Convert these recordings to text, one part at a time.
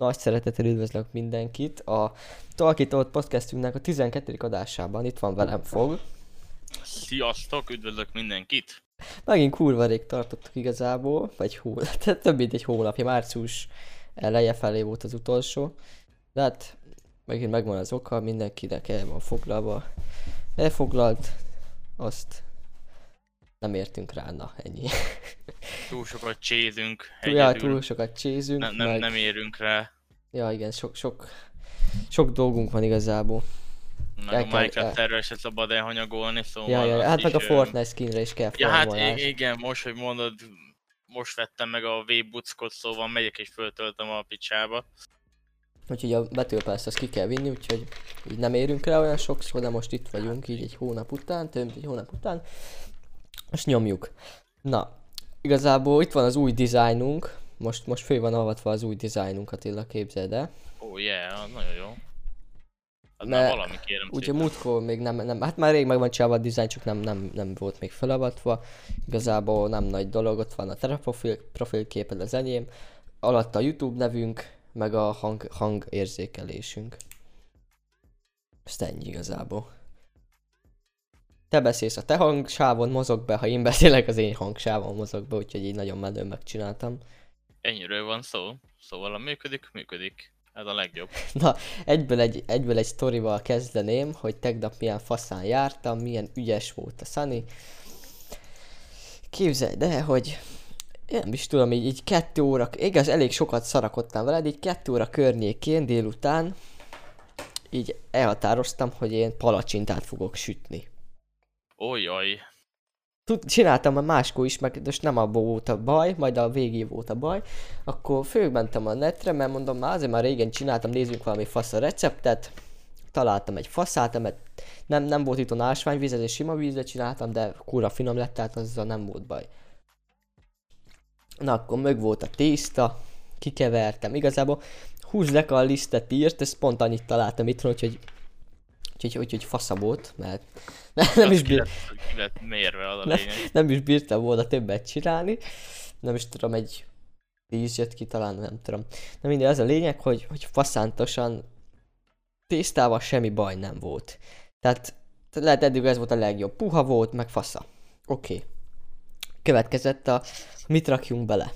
Nagy szeretettel üdvözlök mindenkit a Talkitolt podcastünknek a 12. adásában. Itt van velem Fog. Sziasztok, üdvözlök mindenkit! Megint kurva rég tartottuk igazából, vagy tehát több mint egy hónapja, március eleje felé volt az utolsó. De hát megint megvan az oka, mindenkinek el van foglalva. Elfoglalt, azt nem értünk rá, na ennyi. Túl sokat csézünk Ja, egyedül. túl sokat csézünk, Nem érünk rá. Ja igen, sok dolgunk van igazából. Meg a Minecraft tervvel se szabad elhanyagolni, szóval... Ja, hát meg a is, Fortnite skinre is kell Ja, hát farmolás. igen, most, hogy mondod, most vettem meg a V-buckot, szóval megyek és föltöltöm a picsába. Úgyhogy a Battle Pass-t azt ki kell vinni, úgyhogy így nem érünk rá olyan sokszor, de most itt vagyunk így egy hónap után, több mint egy hónap után. Most nyomjuk. Na, igazából itt van az új dizájnunk. Most fő van avatva az új dizájnunk, Attila, képzeld el. Oh yeah, nagyon jó. Az Mert már valami, kérem ugye szépen. múltkor még nem, hát már rég meg van csinálva a dizájn, csak nem volt még felavatva. Igazából nem nagy dolog, ott van a te profilképed, az enyém. Alatt a YouTube nevünk, meg a hangérzékelésünk. Ezt ennyi igazából. Te beszélsz a te hangsávon, mozog be, ha én beszélek az én hangsávon mozog be, úgyhogy így nagyon menően megcsináltam. Ennyiről van szó. Szóval ha működik. Ez a legjobb. Na, egyből egy sztorival kezdeném, hogy tegnap milyen faszán jártam, milyen ügyes volt a Sunny. Képzeld el, hogy én nem is tudom, így 2 óra, igaz, elég sokat szarakodtam veled, így 2 óra környékén délután így elhatároztam, hogy én palacsintát fogok sütni. Ójjaj. Csináltam a máskor is, meg most nem abból volt a baj, majd a végén volt a baj. Akkor fölmentem a netre, mert mondom, már régen csináltam, nézzünk valami fasz a receptet. Találtam egy faszát, mert nem volt itt a ásványvíz, ezért sima vízre csináltam, de kurva finom lett, tehát azzal nem volt baj. Na akkor meg volt a tészta, kikevertem, igazából húzd le a lisztet írt, ezt pont annyit találtam itthon, úgyhogy fasza volt, mert nem is Ki lett mérve, az a lényeg. nem is bírtam volna többet csinálni. Nem is tudom, egy 10 jött ki talán, nem tudom. Na mindegy, az a lényeg, hogy faszántosan tésztával semmi baj nem volt. Tehát lehet eddig ez volt a legjobb. Puha volt, meg fasza. Oké. Következett a mit rakjunk bele.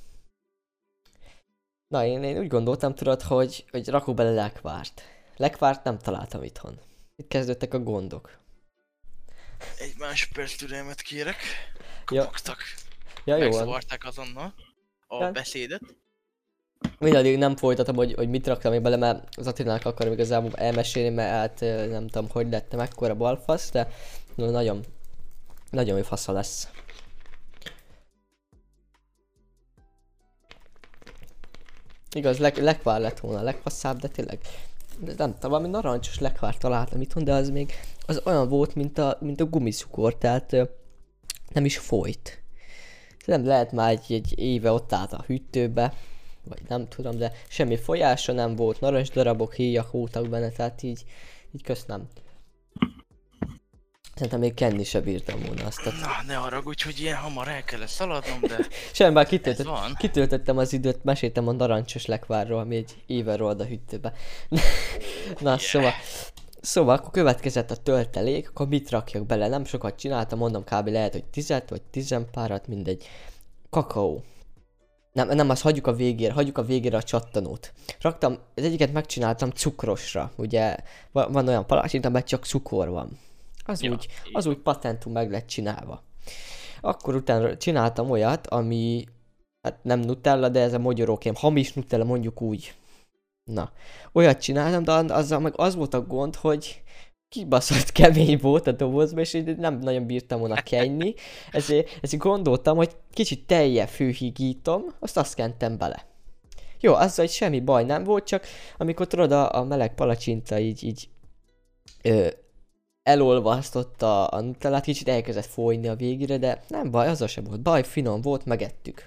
Na én úgy gondoltam, tudod, hogy rakok bele lekvárt. Lekvárt nem találtam itthon. Itt kezdődtek a gondok. Egy másodperc türelmet kérek. Ja. Kopogtak. Ja, jó van. Megzavarták azonnal a Hát. beszédet. Mindaddig nem folytatom, hogy mit raktam még bele, mert az Attilának akarom igazából elmesélni, mert hát nem tudom, hogy lettem ekkora balfasz, de nagyon jó fasza lesz. Igaz, lekvár lett volna a legfaszább, de tényleg nem tudom, valami narancsos lekvár találtam itthon, de az olyan volt, mint a gumiszukor, tehát nem is folyt. Nem lehet már egy éve ott állt a hűtőbe, vagy nem tudom, de semmi folyása nem volt, narancsdarabok, héjak voltak benne, tehát így köszönöm. Szerintem még kenni se bírtam volna azt. Na, ne haragudj, hogy ilyen hamar el kellett szaladnom, de Semmi, bár ez van. kitöltöttem az időt, meséltem a narancsos lekvárról, ami egy éve rohad a hűtőbe. Na, szóval akkor következett a töltelék, akkor mit rakjak bele? Nem sokat csináltam, mondom kb. Lehet, hogy 10 vagy 10 párat, mindegy. Kakaó. Nem, azt hagyjuk a végére a csattanót. Raktam, az egyiket megcsináltam cukrosra, ugye van olyan palacsint, amely csak cukor van. Az úgy patentum meg lett csinálva. Akkor utána csináltam olyat, ami, hát nem Nutella, de ez a magyarókém, hamis Nutella, mondjuk úgy. Na, olyat csináltam, de azzal meg az volt a gond, hogy kibaszott kemény volt a dobozba, és így nem nagyon bírtam volna kenni, ezért gondoltam, hogy kicsit tejjel főhigítom, azt kentem bele. Jó, azzal semmi baj nem volt, csak amikor tudod a meleg palacsinta így elolvasztotta a Nutellát, kicsit elkezdett folyni a végére, de nem baj, azzal sem volt baj, finom volt, megettük.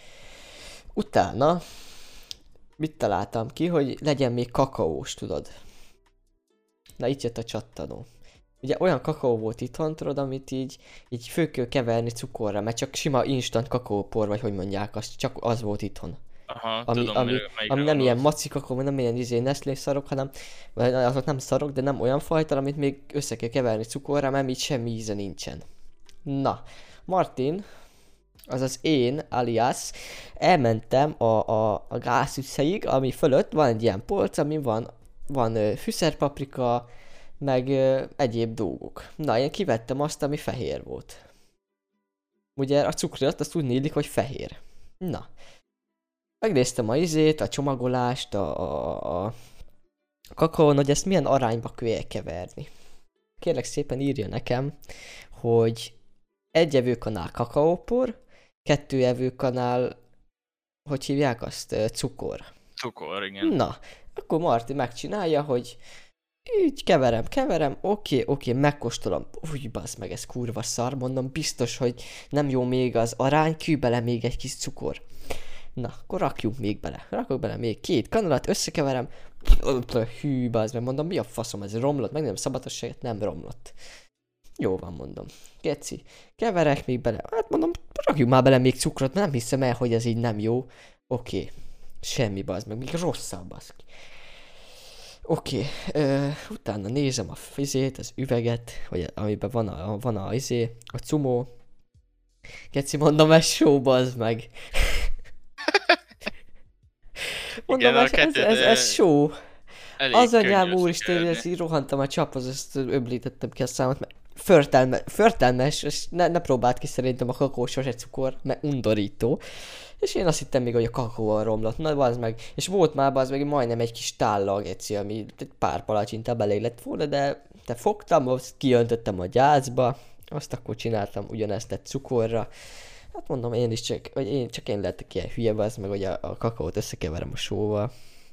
Utána mit találtam ki, hogy legyen még kakaós, tudod. Na itt jött a csattanó. Ugye olyan kakaó volt itthon, tudod, amit így föl kell keverni cukorra, mert csak sima instant kakaópor, vagy hogy mondják, csak az volt itthon. Aha, ami, tudom, ami, melyikre ami nem ilyen gondolsz. macikakon, vagy nem ilyen Nestlé szarok, hanem vagy azok nem szarok, de nem olyan fajta, amit még össze kell keverni cukorra, mert így semmi íze nincsen. Na, Martin, azaz én, alias, elmentem a gázüsszeig, ami fölött van egy ilyen polc, ami van fűszerpaprika, meg egyéb dolgok. Na, én kivettem azt, ami fehér volt. Ugye a cukrilat azt úgy illik, hogy fehér. Na, megnéztem a csomagolást, a kakaón, hogy ezt milyen arányba kell keverni. Kérlek szépen írja nekem, hogy egy evőkanál kakaópor, 2 evőkanál, hogy hívják azt, cukor. Cukor, igen. Na, akkor Marti megcsinálja, hogy így keverem, oké, megkóstolom. Úgy bazd meg, ez kurva szar, mondom, biztos, hogy nem jó még az arány, kű bele még egy kis cukor. Na, akkor rakok bele még 2 kanalat, összekeverem. Hű, bazd meg, mondom, mi a faszom, ez romlott, meg nem szabatosságot, nem romlott. Jó van, mondom. Geci, keverek még bele. Hát mondom, rakjuk már bele még cukrot, mert nem hiszem el, hogy ez így nem jó. Oké. Semmi bazd meg, még rosszabb az. Oké. Utána nézem a fizét, az üveget, vagy amiben van a cumó. Geci, mondom, ez só, bazd meg. Mondom, Igen, ez só. elég Az könnyű anyám úristen, hogy összekeverni. ezt így rohantam a csaphoz, ezt öblítettem ki a számot, mert förtelmes, és ne próbáld ki szerintem a kakaó sose cukor, mert undorító. És én azt hittem még, hogy a kakaó romlott, na bazd meg. És volt már bazd meg majdnem egy kis tállal, geci, ami egy pár palacsintá belé lett volna, de fogtam, azt kiöntöttem a gyászba, azt akkor csináltam ugyanezt egy cukorra. Hát mondom, én csak én lettek ilyen hülye, bazd meg, hogy a kakaót összekeverem a sóval.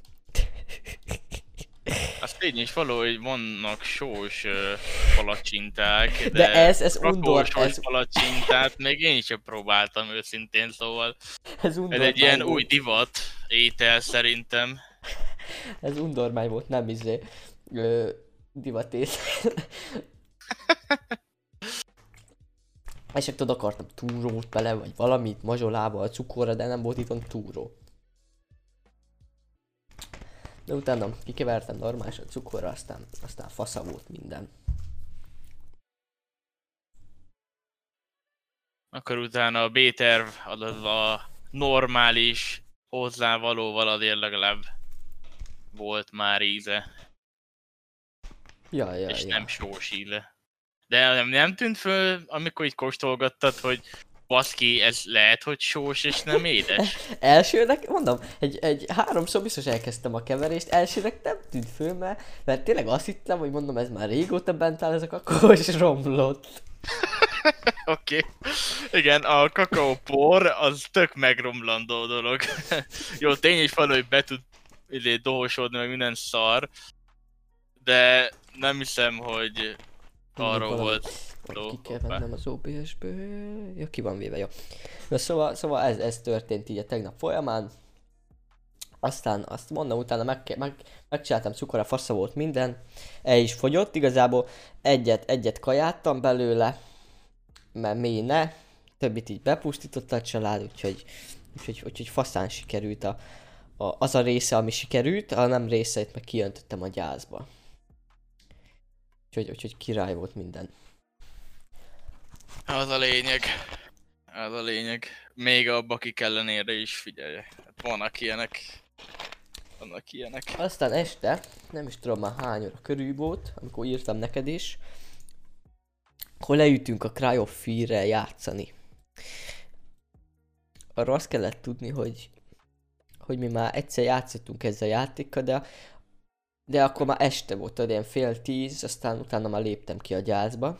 Az tény is való, hogy vannak sós palacsinták, De ez undor, kakaós palacsintát még én sem próbáltam őszintén, szóval ez ez egy ilyen új volt. divat étel szerintem. Ez undormány volt, nem divatét. És tudod, akartam túrót bele, vagy valamit mazsolába, a cukorra, de nem volt itthon túró. De utána kikevertem normálisan a cukorra, aztán fasza volt minden. Akkor utána a B-terv, azaz a normális hozzávalóval azért legalább volt már íze, Ja. és nem sós íze. De nem tűnt föl, amikor így kóstolgattad, hogy baszki, ez lehet, hogy sós és nem édes? Elsőnek, mondom, egy 3-szor biztos elkezdtem a keverést, elsőnek nem tűnt föl, mert tényleg azt hittem, hogy mondom, ez már régóta bent áll, ez a kakaó, és romlott. Oké. Igen, a kakaópor az tök megromlandó dolog. Jó, tény is van, hogy be tud dohosodni, meg minden szar, de nem hiszem, hogy arról volt szó. Ki kell vennem az OBS-ből. Ja, ki van véve, jó. Na, szóval ez történt így a tegnap folyamán. Aztán azt mondom, utána megcsináltam cukorra, fasza volt minden. El is fogyott, igazából egyet kajáltam belőle, mert mély ne. Többit így bepusztította a család, úgyhogy faszán sikerült az a része, ami sikerült, a nem részeit meg kijöntöttem a gyászba. Úgyhogy király volt minden. Az a lényeg. Az a lényeg. Még a bakik ellenére is figyelj. Hát vannak ilyenek. Vannak ilyenek. Aztán este, nem is tudom már hány óra körül volt, amikor írtam neked is, akkor leütünk a Cry of Fear-rel játszani. Arra azt kellett tudni, hogy mi már egyszer játszottunk ezzel a játékkal, de akkor már este volt, tudod, ilyen 9:30, aztán utána már léptem ki a gyászba.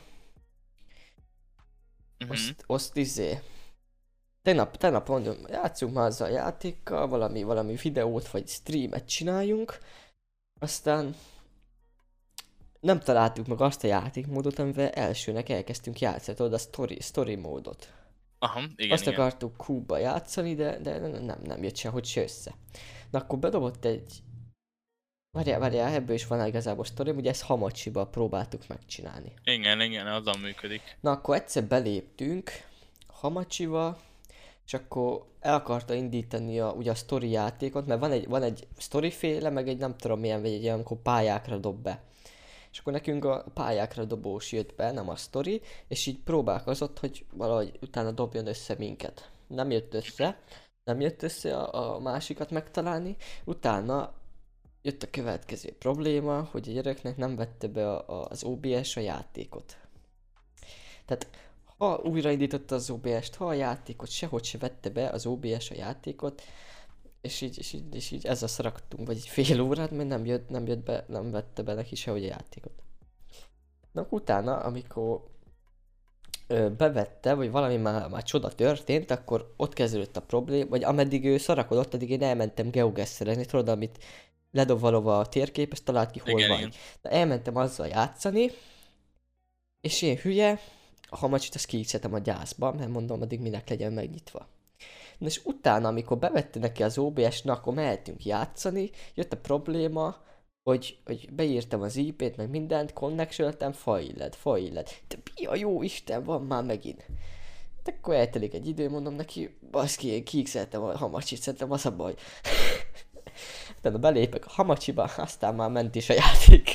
Tegnap mondom, játszunk már azzal a játékkal, valami videót vagy streamet csináljunk. Aztán nem találtuk meg azt a játékmódot, amivel elsőnek elkezdtünk játszani, tudod, a story módot. Aha, igen, Azt igen. akartuk Q-ba játszani, de nem jött sehogy se össze. Na akkor bedobott egy... Várjál, ebből is van igazából sztori, ugye ezt Hamachiba próbáltuk megcsinálni. Igen, azon működik. Na akkor egyszer beléptünk Hamachiba, és akkor el akarta indítani ugye a sztori játékot, mert van egy sztori féle, meg egy nem tudom milyen, vagy egy olyan, amikor pályákra dob be. És akkor nekünk a pályákra dobós jött be, nem a sztori, és így próbálkozott, hogy valahogy utána dobjon össze minket. Nem jött össze a másikat megtalálni, utána jött a következő probléma, hogy a gyereknek nem vette be az OBS a játékot. Tehát ha újraindította az OBS-t, ha a játékot, sehogy se vette be az OBS a játékot, és így ezzel szaraktunk, vagy egy fél órát, mert nem jött be, nem vette be neki sehogy a játékot. Na utána, amikor bevette, vagy valami már csoda történt, akkor ott kezdődött a probléma, vagy ameddig ő szarakodott, addig én elmentem geogesszerezni, tudod, amit ledob valahova a térkép, és talált ki, hol Igen, van. igen. Na elmentem azzal játszani, és én hülye, a hamacsit azt kiixeltem a gyászba, mert mondom, addig minek legyen megnyitva. Na és utána, amikor bevette neki az OBS, na akkor mehetünk játszani, jött a probléma, hogy beírtam az IP-t, meg mindent, connectionoltam, failled. De mi a jó Isten van már megint? De akkor eltelik egy idő, mondom neki, baszki, én kiixeltem a hamacsit, szerintem az a baj. Utána belépek a hamacsiba, aztán már ment is a játék.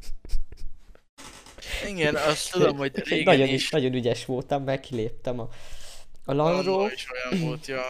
Igen, azt tudom, hogy régen nagyon, is. nagyon ügyes voltam, mert kiléptem a Annó LAN-ról. is olyan volt, ja.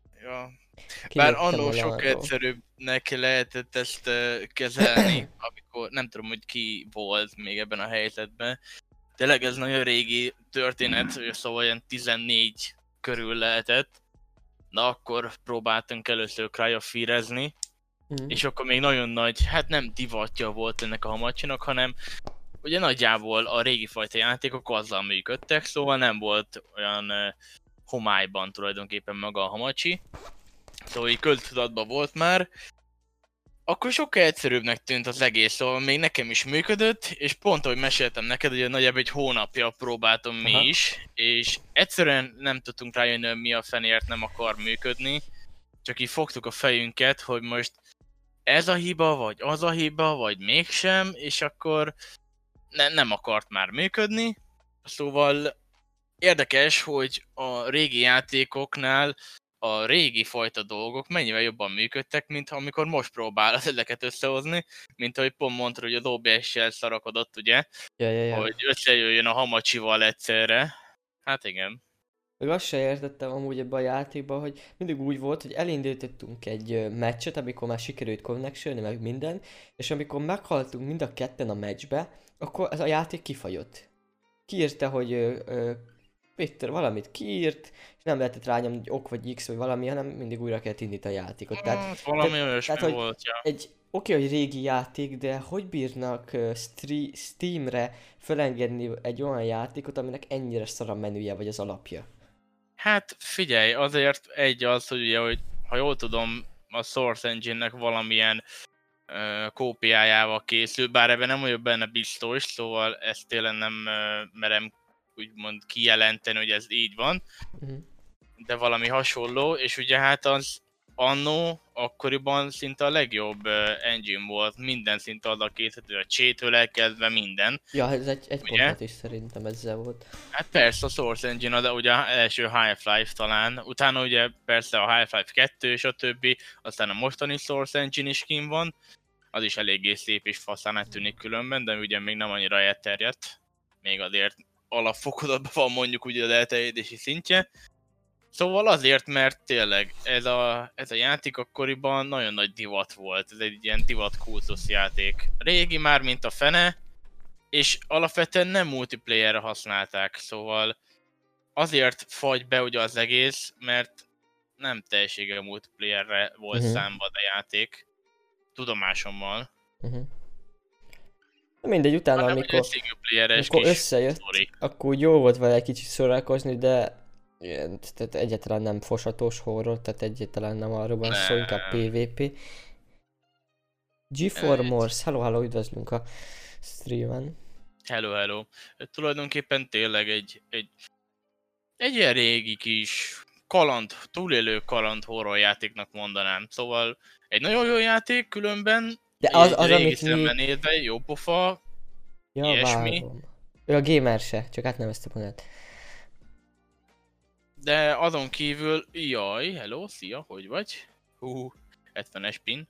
Bár Kiléptem annó a sok LAN-ról. egyszerűbbnek lehetett ezt kezelni, amikor nem tudom, hogy ki volt még ebben a helyzetben. Tényleg ez nagyon régi történet, szóval olyan 14 körül lehetett. Na akkor próbáltunk először cryofeerezni, és akkor még nagyon nagy, hát nem divatja volt ennek a hamacsinak, hanem ugye nagyjából a régi fajta játékok azzal működtek, szóval nem volt olyan homályban tulajdonképpen maga a hamacsi. Szóval így köztudatban volt már. Akkor sokkal egyszerűbbnek tűnt az egész, szóval még nekem is működött, és pont ahogy meséltem neked, hogy nagyjából egy hónapja próbáltam mi is, és egyszerűen nem tudtunk rájönni, hogy mi a fenért nem akar működni. Csak így fogtuk a fejünket, hogy most ez a hiba, vagy az a hiba, vagy mégsem, és akkor nem akart már működni. Szóval érdekes, hogy a régi játékoknál a régi fajta dolgok mennyivel jobban működtek, mint amikor most próbálod ezeket összehozni, mint ahogy pont mondtad, hogy az OBS-sel szarakodott, ugye? Ja. Hogy összejöjjön a hamacsival egyszerre. Hát igen. Meg azt se értettem amúgy ebben a játékban, hogy mindig úgy volt, hogy elindítottunk egy meccset, amikor már sikerült connection meg minden, és amikor meghaltunk mind a ketten a meccsbe, akkor ez a játék kifagyott. Kiírta, hogy Peter valamit kiírt, és nem lehetett rányomni, hogy ok vagy X vagy valami, hanem mindig újra kellett indítani a játékot. Tehát, valami olyasmi hogy volt, ja. egy hogy régi játék, de hogy bírnak Steamre felengedni egy olyan játékot, aminek ennyire szar a menüje vagy az alapja? Hát figyelj, azért egy az, hogy ugye, hogy ha jól tudom, a Source Engine-nek valamilyen kópiájával készül, bár ebben nem vagyok benne biztos, szóval ezt tényleg nem merem úgymond kijelenteni, hogy ez így van, de valami hasonló, és ugye hát az annó akkoriban szinte a legjobb engine volt, minden szinte az a készítő, a csétől elkezdve minden. Ja, ez egy pont is szerintem ezzel volt. Hát persze a Source Engine, de ugye az első Half-Life talán, utána ugye persze a Half-Life 2 és a többi, aztán a mostani Source Engine is kint van, az is eléggé szép és faszának tűnik különben, de ugye még nem annyira elterjedt, még azért alapfokozatban van mondjuk ugye az elterjedési szintje. Szóval azért, mert tényleg ez a játék akkoriban nagyon nagy divat volt, ez egy ilyen divat kultusz játék. Régi már, mint a fene, és alapvetően nem multiplayerre használták, szóval azért fagy be ugye az egész, mert nem teljességgel multiplayerre volt számba a játék, tudomásommal. Mindegy, utána amikor összejött, akkor jó volt vele egy kicsit szórakozni, de tehát egyáltalán nem fosatós horror, tehát egyáltalán nem arról van szó, inkább PvP. G4Morse, hello, üdvözlünk a streamen. Hello. Tulajdonképpen tényleg egy ilyen régi kis túlélő kaland horror játéknak mondanám. Szóval egy nagyon jó játék különben, de az régi szemmel nézve, jó pofa, ilyesmi. Várom. Ő a gamer se, csak átneveztem magát. De azon kívül, jaj, hello, szia, hogy vagy? 70-es pin.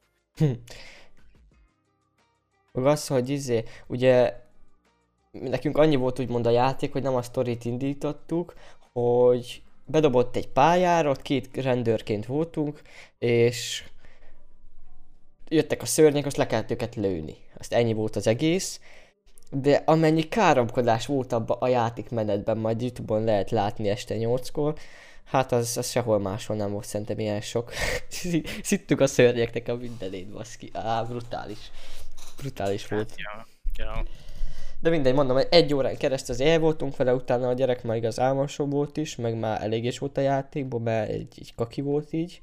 Meg az, hogy ugye nekünk annyi volt úgymond a játék, hogy nem a sztorit indítottuk, hogy bedobott egy pályára, ott 2 rendőrként voltunk, és jöttek a szörnyek, azt le kellett őket lőni. Azt ennyi volt az egész. De amennyi káromkodás volt abban a játékmenetben, majd YouTube-on lehet látni este 8-kor, hát az sehol máshol nem volt szerintem ilyen sok. Szittük a szörnyeknek a mindenét, baszki. Brutális. Brutális volt. Ja. De mindegy, mondom, hogy 1 órán keresztül az el voltunk vele, utána a gyerek már igaz álmosó volt is, meg már elég is volt a játékban, mert egy kaki volt így.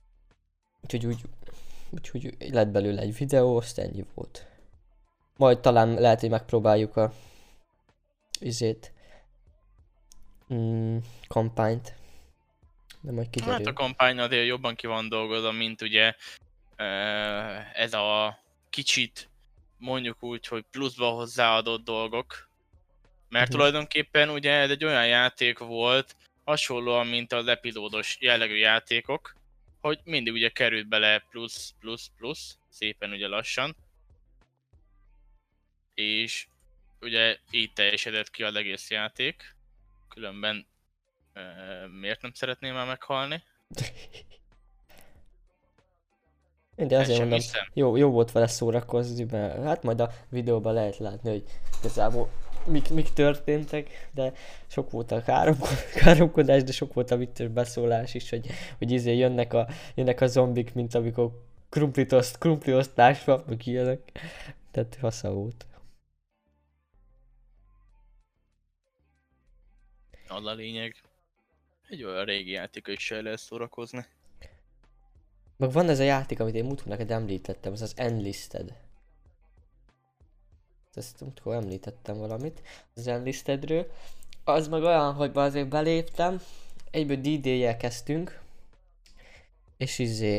Úgyhogy lett belőle egy videó, azt ennyi volt. Majd talán lehet, hogy megpróbáljuk a kampányt. De majd kiderül. Hát a kampány azért jobban ki van dolgozva, mint ugye ez a kicsit mondjuk úgy, hogy pluszba hozzáadott dolgok. Mert tulajdonképpen ugye ez egy olyan játék volt, hasonlóan, mint az epizódos jellegű játékok, hogy mindig ugye került bele plusz, szépen ugye lassan. És ugye így teljesedett ki az egész játék. Különben miért nem szeretném már meghalni? De azért mondom, jó volt vele szórakozni, mert hát majd a videóban lehet látni, hogy igazából mik történtek, de sok volt a káromkodás, de sok volt a vicces beszólás is, hogy jönnek a zombik, mint amikor krumpliosztás van, meg ilyenek. Tehát fasza volt. Az a lényeg. Egy olyan régi játék is se lehet szórakozni. Meg van ez a játék, amit én múltkor neked említettem, az Enlisted. Ezt múltkor említettem valamit, az Enlistedről. Az meg olyan, hogy azért beléptem, egyből DD-jel kezdtünk, és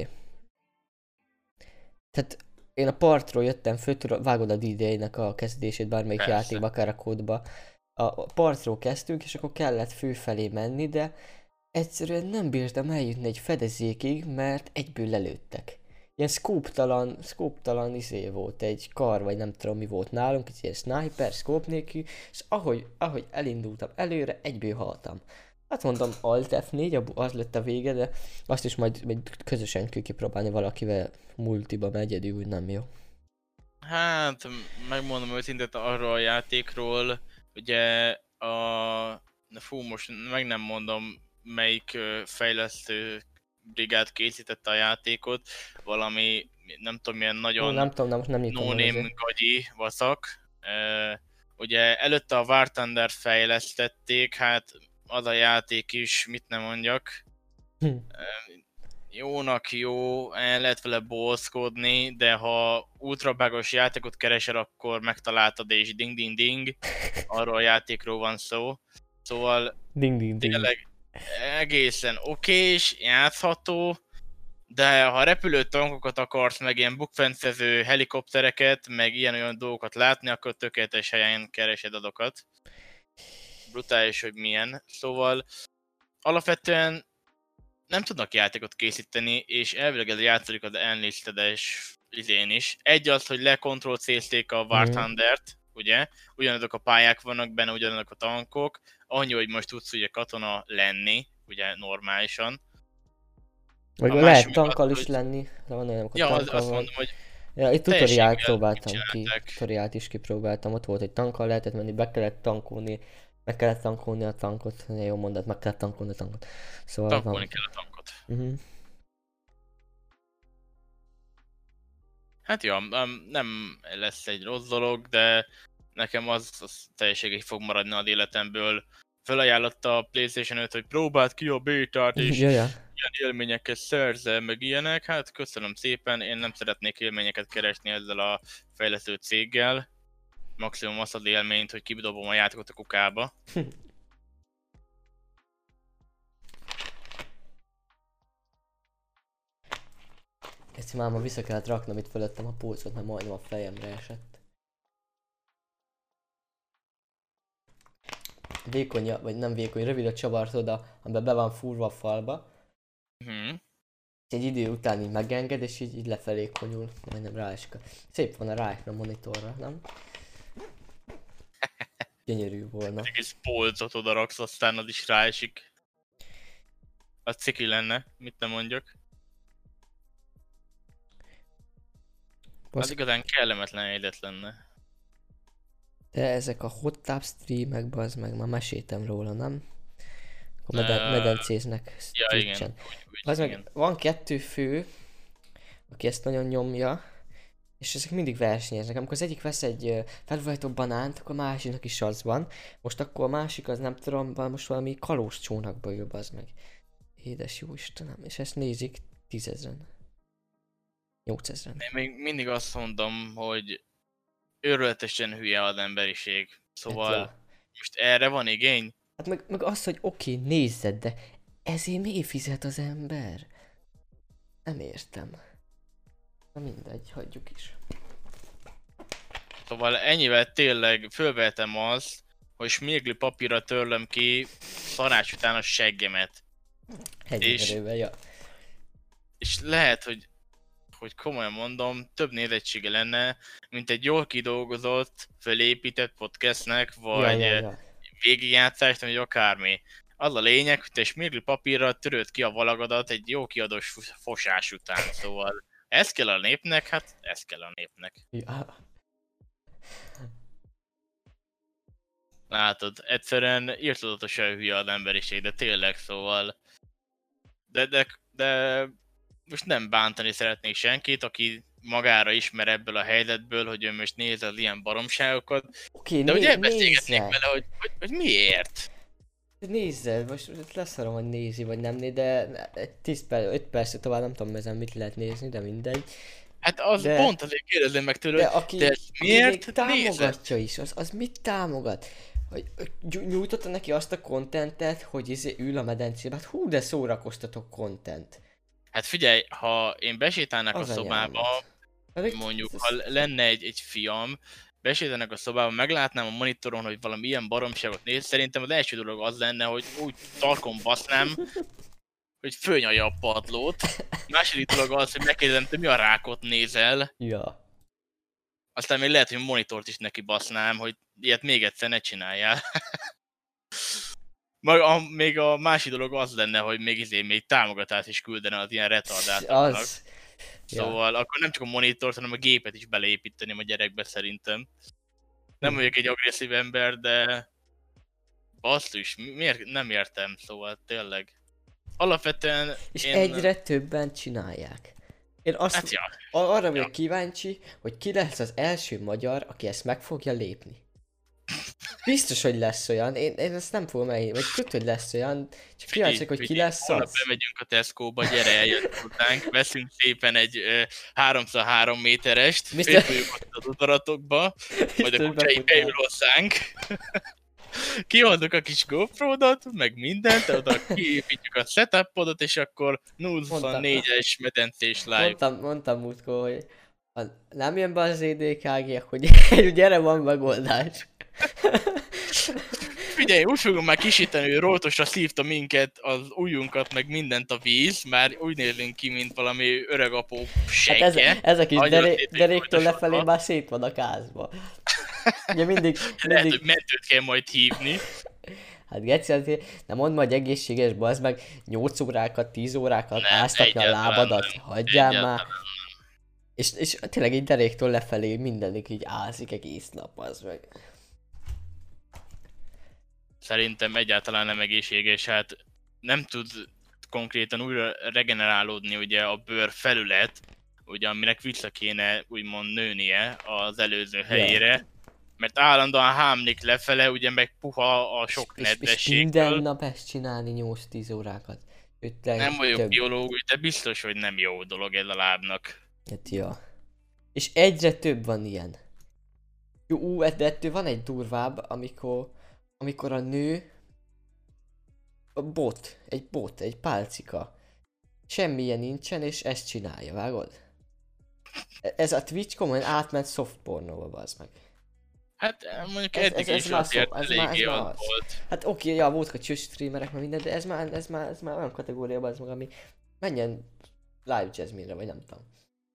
tehát én a partról jöttem föl, vágod a DD-nek a kezdését bármelyik játékba, akár a kódba. A partról kezdtünk, és akkor kellett főfelé menni, de egyszerűen nem bírtam eljutni egy fedezékig, mert egyből lelőttek. Ilyen scope-talan volt, egy kar, vagy nem tudom mi volt nálunk, egy ilyen sniper, scope nélkül, és ahogy elindultam előre, egyből haltam. Hát mondom, Alt F4, az lett a vége, de azt is majd közösen kell kipróbálni valakivel multiba, mert egyedül úgy nem jó. Hát, megmondom őszintén arról a játékról, ugye most meg nem mondom melyik fejlesztő brigád készítette a játékot, valami nem tudom milyen nagyon no-name gagyi vaszak. Ugye előtte a War Thunder fejlesztették, hát az a játék is, mit nem mondjak. Jónak jó, el lehet vele bózkodni, de ha ultrabágos játékot keresel, akkor megtaláltad és ding ding ding, arról a játékról van szó. Szóval tényleg egészen okés, játszható, de ha repülő tankokat akarsz, meg ilyen bukfencező helikoptereket, meg ilyen-olyan dolgokat látni, akkor tökéletes helyen keresed azokat. Brutális, hogy milyen. Szóval alapvetően nem tudnak játékot készíteni, és elvileg ez játszik az Enlisted-es izén is. Egy az, hogy lekontroll-cézték a War Thundert, ugye? Ugyanazok a pályák vannak benne, ugyanazok a tankok. Annyi, hogy most tudsz ugye katona lenni, ugye normálisan. Vagy lehet tankkal is lenni, de van olyan, amikor tankkal azt mondom, hogy ja, itt tutoriált próbáltam ki, tutoriált is kipróbáltam, ott volt, hogy tankkal lehetett menni, meg kellett tankolni a tankot, jó mondat, meg kellett tankolni a tankot. Szóval tankolni kell a tankot. Hát ja, nem lesz egy rossz dolog, de nekem az teljességig fog maradni az életemből. Felajánlotta a PlayStation 5, hogy próbáld ki a bétát, és ilyen élményeket szerzel, meg ilyenek. Hát köszönöm szépen, én nem szeretnék élményeket keresni ezzel a fejlesztő céggel. Maximum azt az élményt, hogy kidobom a játékot a kukába. Ezt már ma vissza kellett raknom itt fölöttem a pulcot, mert majdnem a fejemre esett. vékony, vagy nem vékony, rövid a csavartoda, amiben be van fúrva a falba. Mhm. Egy idő után így megenged, és így lefelé konyul, majdnem ráesik. Szép van a rájön a monitorra, nem? Gyönyörű volna. Egy egész polcot oda raksz, aztán az is ráesik. Az ciki lenne, mit nem mondjak. Az igazán kellemetlen élet lenne. De ezek a hot tub streamek, bazd meg, már meséltem róla, nem? Akkor medencéznek Ja, igen. Twitchen. Úgy, Bazd meg, igen. van 2 fő, aki ezt nagyon nyomja, és ezek mindig versenyeznek. Amikor az egyik vesz egy felváltó banánt, akkor a másiknak is az van. Most akkor a másik az nem tudom, most valami kalóz csónakba ül, bazd meg. Édes jó Istenem, és ezt nézik 10 000-en. 8 000-en. Én még mindig azt mondom, hogy őrületesen hülye az emberiség. Szóval Ja. most erre van igény? Hát meg az, hogy oké, nézzed, de ezért miért fizet az ember? Nem értem. Na mindegy, hagyjuk is. Szóval ennyivel tényleg fölvehetem azt, hogy smérgli papírra törlöm ki szarás után a seggemet. Hegyverővel, ja. És lehet, hogy komolyan mondom, több nézettsége lenne, mint egy jól kidolgozott, fölépített podcastnek, vagy Ja. végigjátszást, vagy akármi. Az a lényeg, hogy te smérgli papírra töröd ki a valagadat egy jó kiadós fosás után, szóval ez kell a népnek, hát ez kell a népnek. Ja. Látod, egyszerűen írtozatosan hülye az emberiség, de tényleg, szóval... De most nem bántani szeretnék senkit, aki magára ismer ebből a helyzetből, hogy ő most néz az ilyen baromságokat. Oké, De ugye beszélgetnék nézze! vele, hogy miért? Nézze, most leszarom, hogy nézi vagy nem nézi, de 10 perc, 5 perc tovább nem tudom ezen mit lehet nézni, de mindegy. Hát az De- pont azért kérdezem meg tőle, De hogy aki, te ezt aki még miért nézed? támogatja is, az mit támogat? Hogy nyújtotta neki azt a contentet, hogy ül a medencébe, hát hú, de szórakoztató content. Hát figyelj, ha én besétálnak a Az szobába, anyámat. mondjuk, ha lenne egy fiam, besétálnak a szobába, meglátnám a monitoron, hogy valami ilyen baromságot néz, szerintem az első dolog az lenne, hogy úgy tarkon basznám, hogy fölnyalja a padlót. Második dolog az, hogy megkérdezem, te mi a rákot nézel? Ja. Aztán még lehet, hogy monitort is neki basznám, hogy ilyet még egyszer ne csináljál. Még a másik dolog az lenne, hogy még támogatást is küldene az ilyen retardáltaknak. Az. Szóval akkor nem csak a monitort, hanem a gépet is beleépíteném a gyerekbe szerintem. Nem vagyok egy agresszív ember, de basszus, miért nem értem, szóval tényleg. Alapvetően És én... egyre többen csinálják. Én azt Hát ja. arra vagyok kíváncsi, hogy ki lesz az első magyar, aki ezt meg fogja lépni. Biztos, hogy lesz olyan, én ezt nem fogom elhinni, vagy tudod, hogy lesz olyan, csak kíváncsi, hogy ki lesz holnap az. bemegyünk a Tesco-ba, gyere, eljött hozzánk, veszünk szépen egy 3x3 méterest, félfőjük ott az udaratokba, majd a kutyai beül hozzánk. Kihordjuk a kis GoPro-dot, meg mindent, oda kiépítjük a setupodot, és akkor 0-24-es medencés live. Mondtam múltkor, hogy ha nem jön be az EDKG, akkor gyere, van megoldás. Figyelj, úgy fogom már kisíteni, hogy roltosra szívta minket, az ujjunkat, meg mindent a víz, már úgy nézünk ki, mint valami öregapó senke. Hát ez a kis deréktől lefelé már szét van a kázba. Ugye mindig... Lehet, hogy mentőt kell majd hívni. Hát Geci, azért nem mondd majd egészséges, bazd meg 8 órákat, 10 órákat áztatni a lábadat, hagyjál már. És tényleg egy deréktől lefelé mindenik így ázik egész nap, az meg. Szerintem egyáltalán nem egészséges, hát nem tud konkrétan újra regenerálódni ugye a bőr felület, ugye aminek vissza kéne úgymond nőnie az előző helyére, mert állandóan hámlik lefele, ugye meg puha a sok nedvességből. És minden nap ezt csinálni 8-10 órákat. Nem vagyok biológus, de biztos, hogy nem jó dolog ez a lábnak. Hát ja. És egyre több van ilyen. Jó, de ettől van egy durvább, amikor a nő egy pálcika. Semmilyen nincsen, és ezt csinálja, vágod? Ez a Twitch komolyan átment soft pornóba, bazd meg. Hát mondjuk Ez, eddig ez, ez is már szó, azért ez eléggé már az az. volt. Hát oké, ja, voltak a csős streamerek, meg minden, de ez már olyan kategóriában az meg, ami menjen live jazzmine-re, vagy nem tudom.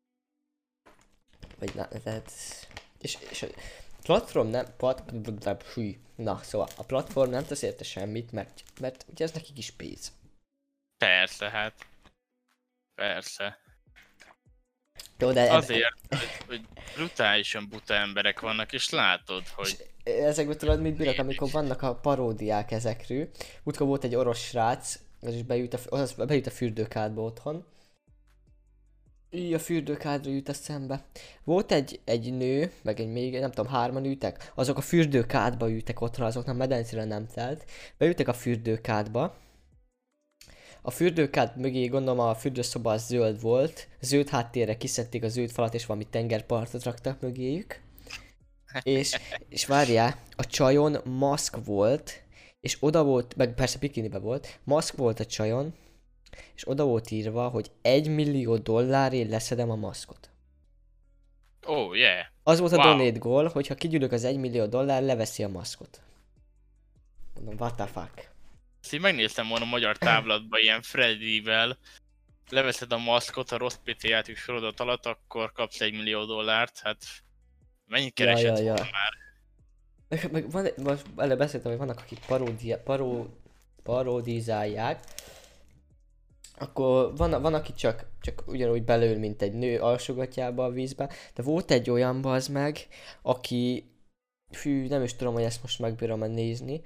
Vagy tehát... És a platform nem... Na, szóval a platform nem tesz érte semmit, mert ugye ez nekik is pénz. Persze, hát. Persze. Jó, de Azért, hogy brutálisan buta emberek vannak, és látod, hogy... ezekből tudod mit bírok, amikor vannak a paródiák ezekről. Múltkor volt egy orosz srác, az is bejut a fürdőkádba otthon. Így a fürdőkádra jut eszembe. Volt egy nő, meg egy még, nem tudom, hárman ültek, azok a fürdőkádba ültek otthon, azoknak medencére nem telt. Beültek a fürdőkádba. A fürdőkád mögé, gondolom a fürdőszoba az zöld volt. Zöld háttérre kiszedték a zöld falat és valami tengerpartot raktak mögéjük. És várjál, a csajon maszk volt, és oda volt, meg persze bikinibe volt, maszk volt a csajon, és oda volt írva, hogy $1 millió leszedem a maszkot. Oh, yeah. Az volt a Wow. donate goal, hogyha kigyűlök az $1 millió, leveszi a maszkot. Mondom, what the fuck. Ezt így megnéztem volna a magyar táblatban ilyen Freddyvel, leveszed a maszkot a rossz PC játék sorozat alatt, akkor kapsz $1 millió, hát mennyit keresett ja. volna már? Meg van, most előbb beszéltem, hogy vannak, akik parodizálják. Akkor van aki csak ugyanúgy belül, mint egy nő alsógatjába a vízbe. De volt egy olyan bazd meg, aki... Fű, nem is tudom, hogy ezt most megbírom nézni.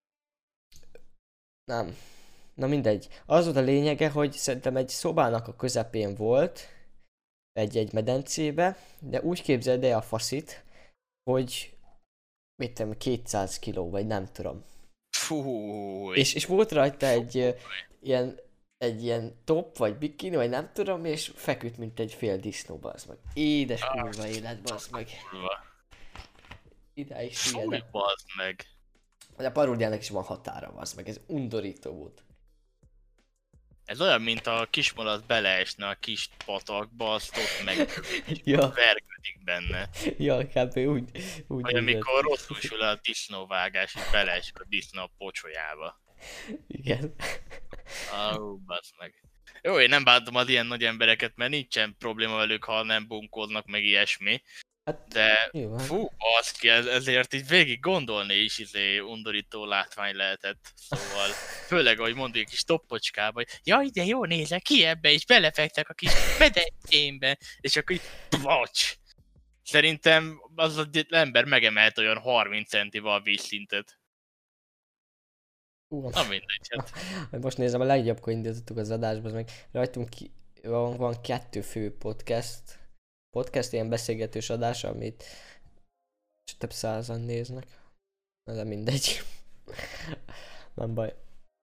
Nem. Na mindegy. Az volt a lényege, hogy szerintem egy szobának a közepén volt, egy medencébe, de úgy képzeld el a faszit, hogy mit tudom, 200 kiló, vagy nem tudom. Fúj. És volt rajta egy ilyen top, vagy bikini, vagy nem tudom, és feküdt, mint egy fél disznó, bazd meg. Édes kurva élet, bazd meg. Idáig Fúj, süllyedett. bazd meg. Vagy a paródiának is van határa, bazd meg, ez undorító volt. Ez olyan, mint a kismalac beleesne a kis patakba, azt ott meg Ja. vergődik benne. Ja, kb. úgy Vagy amikor rosszul sül a disznóvágás, és beleesik a disznó a pocsolyába. Igen. Bazd meg. Jó, én nem bántom az ilyen nagy embereket, mert nincsen probléma velük, ha nem bunkóznak, meg ilyesmi. Hát, De jó, hát. fú, baszki, ezért így végig gondolni is undorító látvány lehetett. Szóval, főleg ahogy mondjuk kis toppocskába, hogy jaj, de jó nézek ki ebbe, és belefektek a kis medencémbe, és akkor így vacs! Szerintem az ember megemelt olyan 30 centival a vízszintet. Na mindegy, hát. Most nézem, a legjobbkor indítottuk az adásba, az meg rajtunk van 2 fő podcast, ilyen beszélgetős adás, amit csak több százan néznek. Na de mindegy. Nem baj.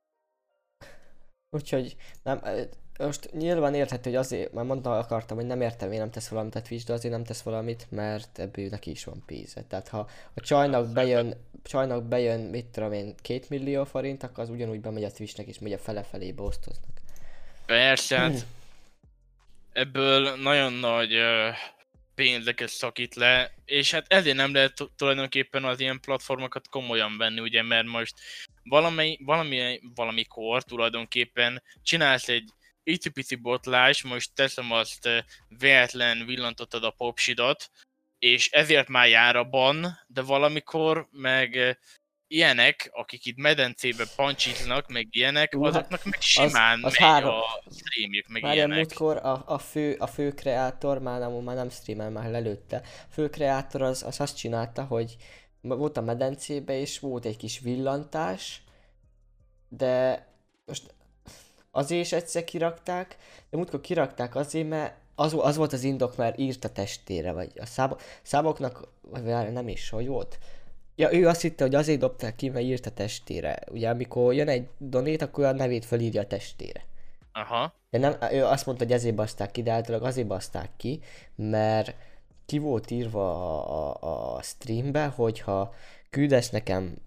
Úgyhogy nem, most nyilván érthető, hogy azért, már akartam, hogy nem értem, én nem tesz valamit a Twitch, de azért nem tesz valamit, mert ebből neki is van pénze. Tehát ha a csajnak bejön, mit tudom én, 2 millió forint, akkor az ugyanúgy bemegy a Twitchnek, és megy a fele-felébe osztoznak. Persze, hát ebből nagyon nagy pénzeket szakít le, és hát ezért nem lehet tulajdonképpen az ilyen platformokat komolyan venni, ugye, mert most valamikor tulajdonképpen csinálsz egy icipici botlás, most teszem azt, véletlen villantottad a popsidat, és ezért már jár a ban, de valamikor meg ilyenek, akik itt medencébe pancsiznak, meg ilyenek, azoknak meg simán megy a streamjük, meg Várjál, ilyenek. múltkor a fő kreátor, már nem streamel, már lelőtte. A fő kreátor az azt csinálta, hogy volt a medencébe, és volt egy kis villantás, de most azért is egyszer kirakták, de múltkor kirakták azért, mert az volt az indok, mert írt a testére, vagy a számoknak, vagy nem is, hogy volt. Ja, ő azt hitte, hogy azért dobták ki, mert írt a testére. Ugye amikor jön egy donét, akkor a nevét felírja a testére. Aha. De nem, ő azt mondta, hogy ezért baszták ki, de általában azért baszták ki, mert ki volt írva a streambe, hogyha küldesz nekem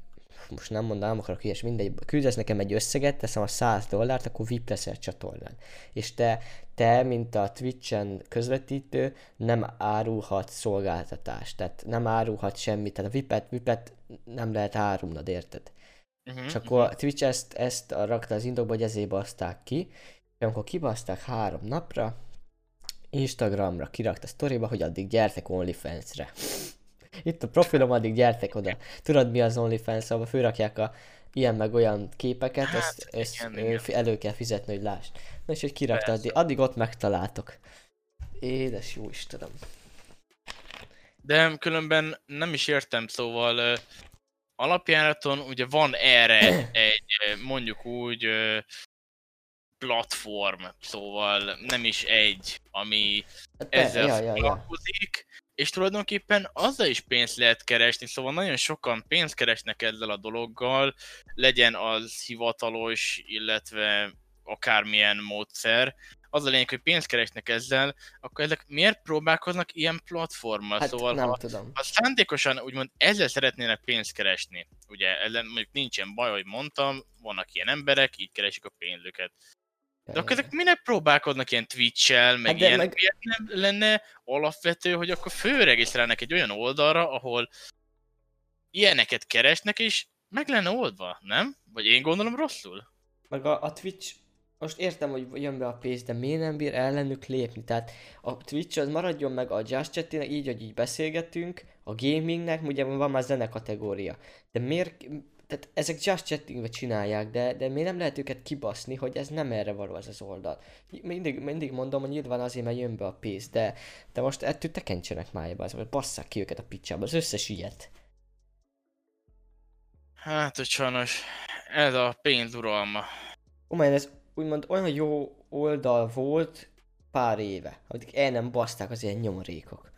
most nem mondom, nem akarok ilyes, mindegy, küldesz nekem egy összeget, teszem a $100, akkor VIP leszel csatornán. És te, mint a Twitch-en közvetítő, nem árulhat szolgáltatást, tehát nem árulhat semmit, tehát a VIP-et nem lehet árulnod, érted? És akkor a Twitch ezt rakta az indokba, hogy ezért baszták ki, és amikor kibaszták 3 napra, Instagramra kirakta sztoriba, hogy addig gyertek OnlyFans-re. Itt a profilom, addig gyertek oda. Tudod mi az OnlyFans, ahol fölrakják a ilyen meg olyan képeket, Hát, ezt igen. elő kell fizetni, hogy lásd. Na és hogy kirakta, addig ott megtaláltok. Édes jó Istenem. De különben nem is értem, szóval alapjáraton ugye van erre egy mondjuk úgy platform, szóval nem is egy, ami ezzel foglalkozik, és tulajdonképpen azzal is pénzt lehet keresni, szóval nagyon sokan pénzt keresnek ezzel a dologgal, legyen az hivatalos, illetve akármilyen módszer. Az a lényeg, hogy pénzt keresnek ezzel, akkor ezek miért próbálkoznak ilyen platformmal? Hát szóval nem tudom. ha szándékosan úgymond ezzel szeretnének pénzt keresni, ugye ellen mondjuk nincsen baj, hogy mondtam, vannak ilyen emberek, így keresik a pénzüket. De akkor ezek minek próbálkoznak ilyen Twitch-el, meg Hát ilyen, miért nem lenne alapvető, hogy akkor fölregisztrálnak egy olyan oldalra, ahol ilyeneket keresnek, és meg lenne oldva, nem? Vagy én gondolom rosszul? Meg a Twitch, most értem, hogy jön be a pénz, de miért nem bír ellenük lépni? Tehát a Twitch az maradjon meg a Just Chatting, így, hogy így beszélgetünk, a gamingnek, ugye van már zene kategória. De miért, tehát ezek Just Chattingbe csinálják, de miért nem lehet őket kibaszni, hogy ez nem erre való ez az oldal? Mindig mondom, hogy nyilván azért, mert jön be a pénz, de most ettől tekentsenek májába, azért basszák ki őket a picsába, az összes ilyet. Hát, hogy sajnos ez a pénz uralma. Ez úgymond olyan jó oldal volt pár éve, addig el nem baszták az ilyen nyomorékok.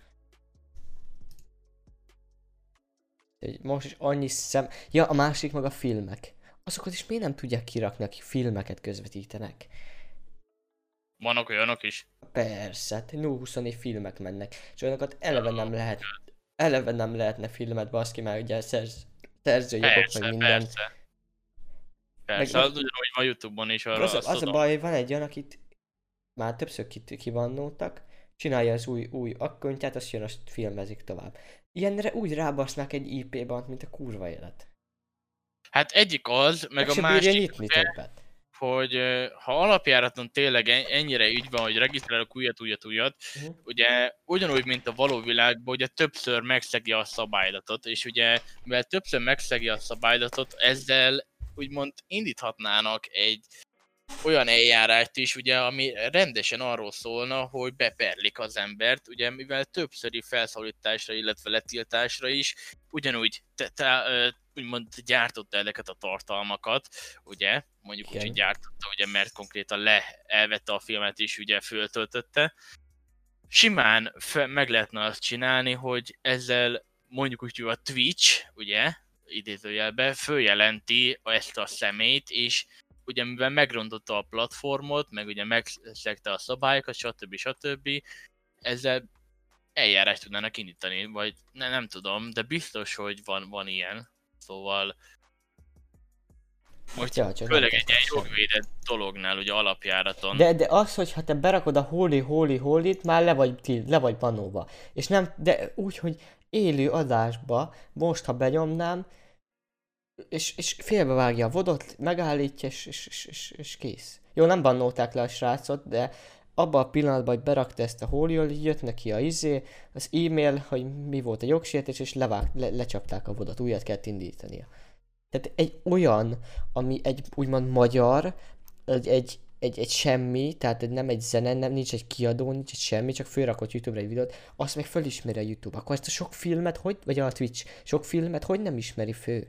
Most is annyi Ja, a másik meg a filmek. Azokat is miért nem tudják kirakni, akik filmeket közvetítenek? Vannak olyanok is. Persze, hát 0-24 filmek mennek, és olyanokat eleve nem lehetne filmet baszki, mert ugye szerzőjogok meg minden. Persze, az ugyanúgy van YouTube-on is arra az a baj, hogy van egy olyan, akit már többször kivannódtak, csinálja az új akkontját, azt jön, azt filmezik tovább. Ilyenre úgy rábasznák egy IP-ban, mint a kurva élet. Hát egyik az, meg a másik, hogy ha alapjáraton tényleg ennyire ügy van, hogy regisztrálok újat, ugye ugyanúgy, mint a való világban, ugye többször megszegi a szabályzatot, és ugye, mivel többször megszegi a szabályzatot, ezzel úgymond indíthatnának egy olyan eljárást is, ugye, ami rendesen arról szólna, hogy beperlik az embert, ugye, mivel többszöri felszólításra, illetve letiltásra is, ugyanúgy úgymond gyártotta ezeket a tartalmakat, ugye, mondjuk úgy, hogy gyártotta, ugye, mert konkrétan elvette a filmet és ugye föltöltötte. Simán meg lehetne azt csinálni, hogy ezzel mondjuk úgy, hogy a Twitch, ugye, idézőjelben följelenti ezt a személyt, és ugye mivel megrontotta a platformot, meg ugye megszegte a szabályokat, stb. Ezzel eljárást tudnának indítani, vagy nem tudom, de biztos, hogy van ilyen. Szóval most főleg egy ilyen jogvédett dolognál, ugye alapjáraton. De az, hogy ha te berakod a holy-t, már le vagy banóba. És nem, de úgy, hogy élő adásba, most ha benyomnám, és félbevágja a vodot, megállítja, és kész. Jó, nem bannolták le a srácot, de abban a pillanatban, hogy berakta ezt a holiol, jött neki az e-mail, hogy mi volt a jogsértés, és lecsapták a vodot, újat kellett indítania. Tehát egy olyan, ami egy úgymond magyar, egy semmi, tehát nem egy zene, nincs egy kiadó, nincs egy semmi, csak fölrakott YouTube-ra egy videót, azt meg fölismeri a YouTube. Akkor ezt a sok filmet, vagy a Twitch, sok filmet hogy nem ismeri föl?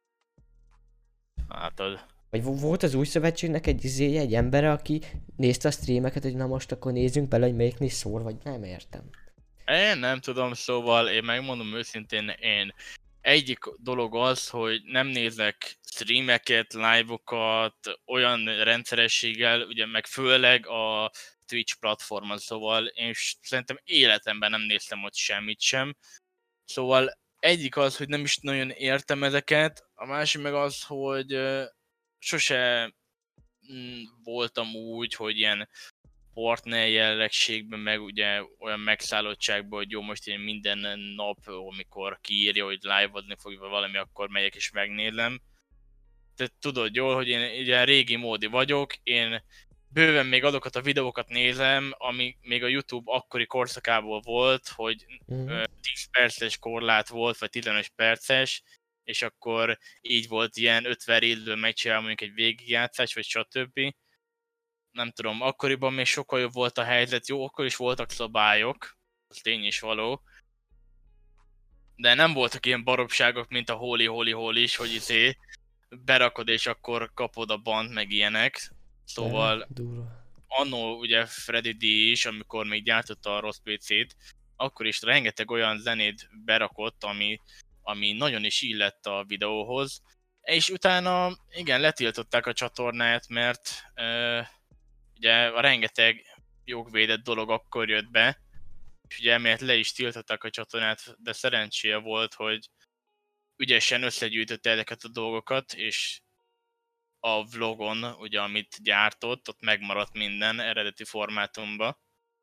Látod. Vagy volt az új szövetségnek egy embere, aki nézte a streameket, hogy na most akkor nézzünk bele, hogy melyiknél szól, vagy nem értem. Én nem tudom, szóval én megmondom őszintén, egyik dolog az, hogy nem nézek streameket, live-okat olyan rendszerességgel, ugye meg főleg a Twitch platformon, szóval én szerintem életemben nem néztem ott semmit sem. Szóval egyik az, hogy nem is nagyon értem ezeket, A másik meg az, hogy sose voltam úgy, hogy ilyen partner jellegségben, meg ugye olyan megszállottságban, hogy jó, most én minden nap, amikor kiírja, hogy live-adni fog valami, akkor megyek és megnézem. Te tudod jól, hogy én ugye régi módi vagyok, én bőven még azokat a videókat nézem, ami még a YouTube akkori korszakából volt, hogy 10 perces korlát volt, vagy 15 perces, és akkor így volt ilyen 50 reel-ből megcsinálva mondjuk egy végigjátszás, vagy stb. Nem tudom, akkoriban még sokkal jobb volt a helyzet, jó, akkor is voltak szabályok, az tény is való, de nem voltak ilyen baromságok, mint a Holy is, hogy berakod és akkor kapod a bant, meg ilyenek. Szóval annó ugye Freddy D is, amikor még gyártotta a rossz PC-t, akkor is rengeteg olyan zenét berakott, ami nagyon is illett a videóhoz. És utána igen, letiltották a csatornát, mert ugye a rengeteg jogvédett dolog akkor jött be, és ugye emiatt le is tiltották a csatornát, de szerencséje volt, hogy ügyesen összegyűjtötte ezeket a dolgokat, és a vlogon, ugye, amit gyártott, ott megmaradt minden eredeti formátumba.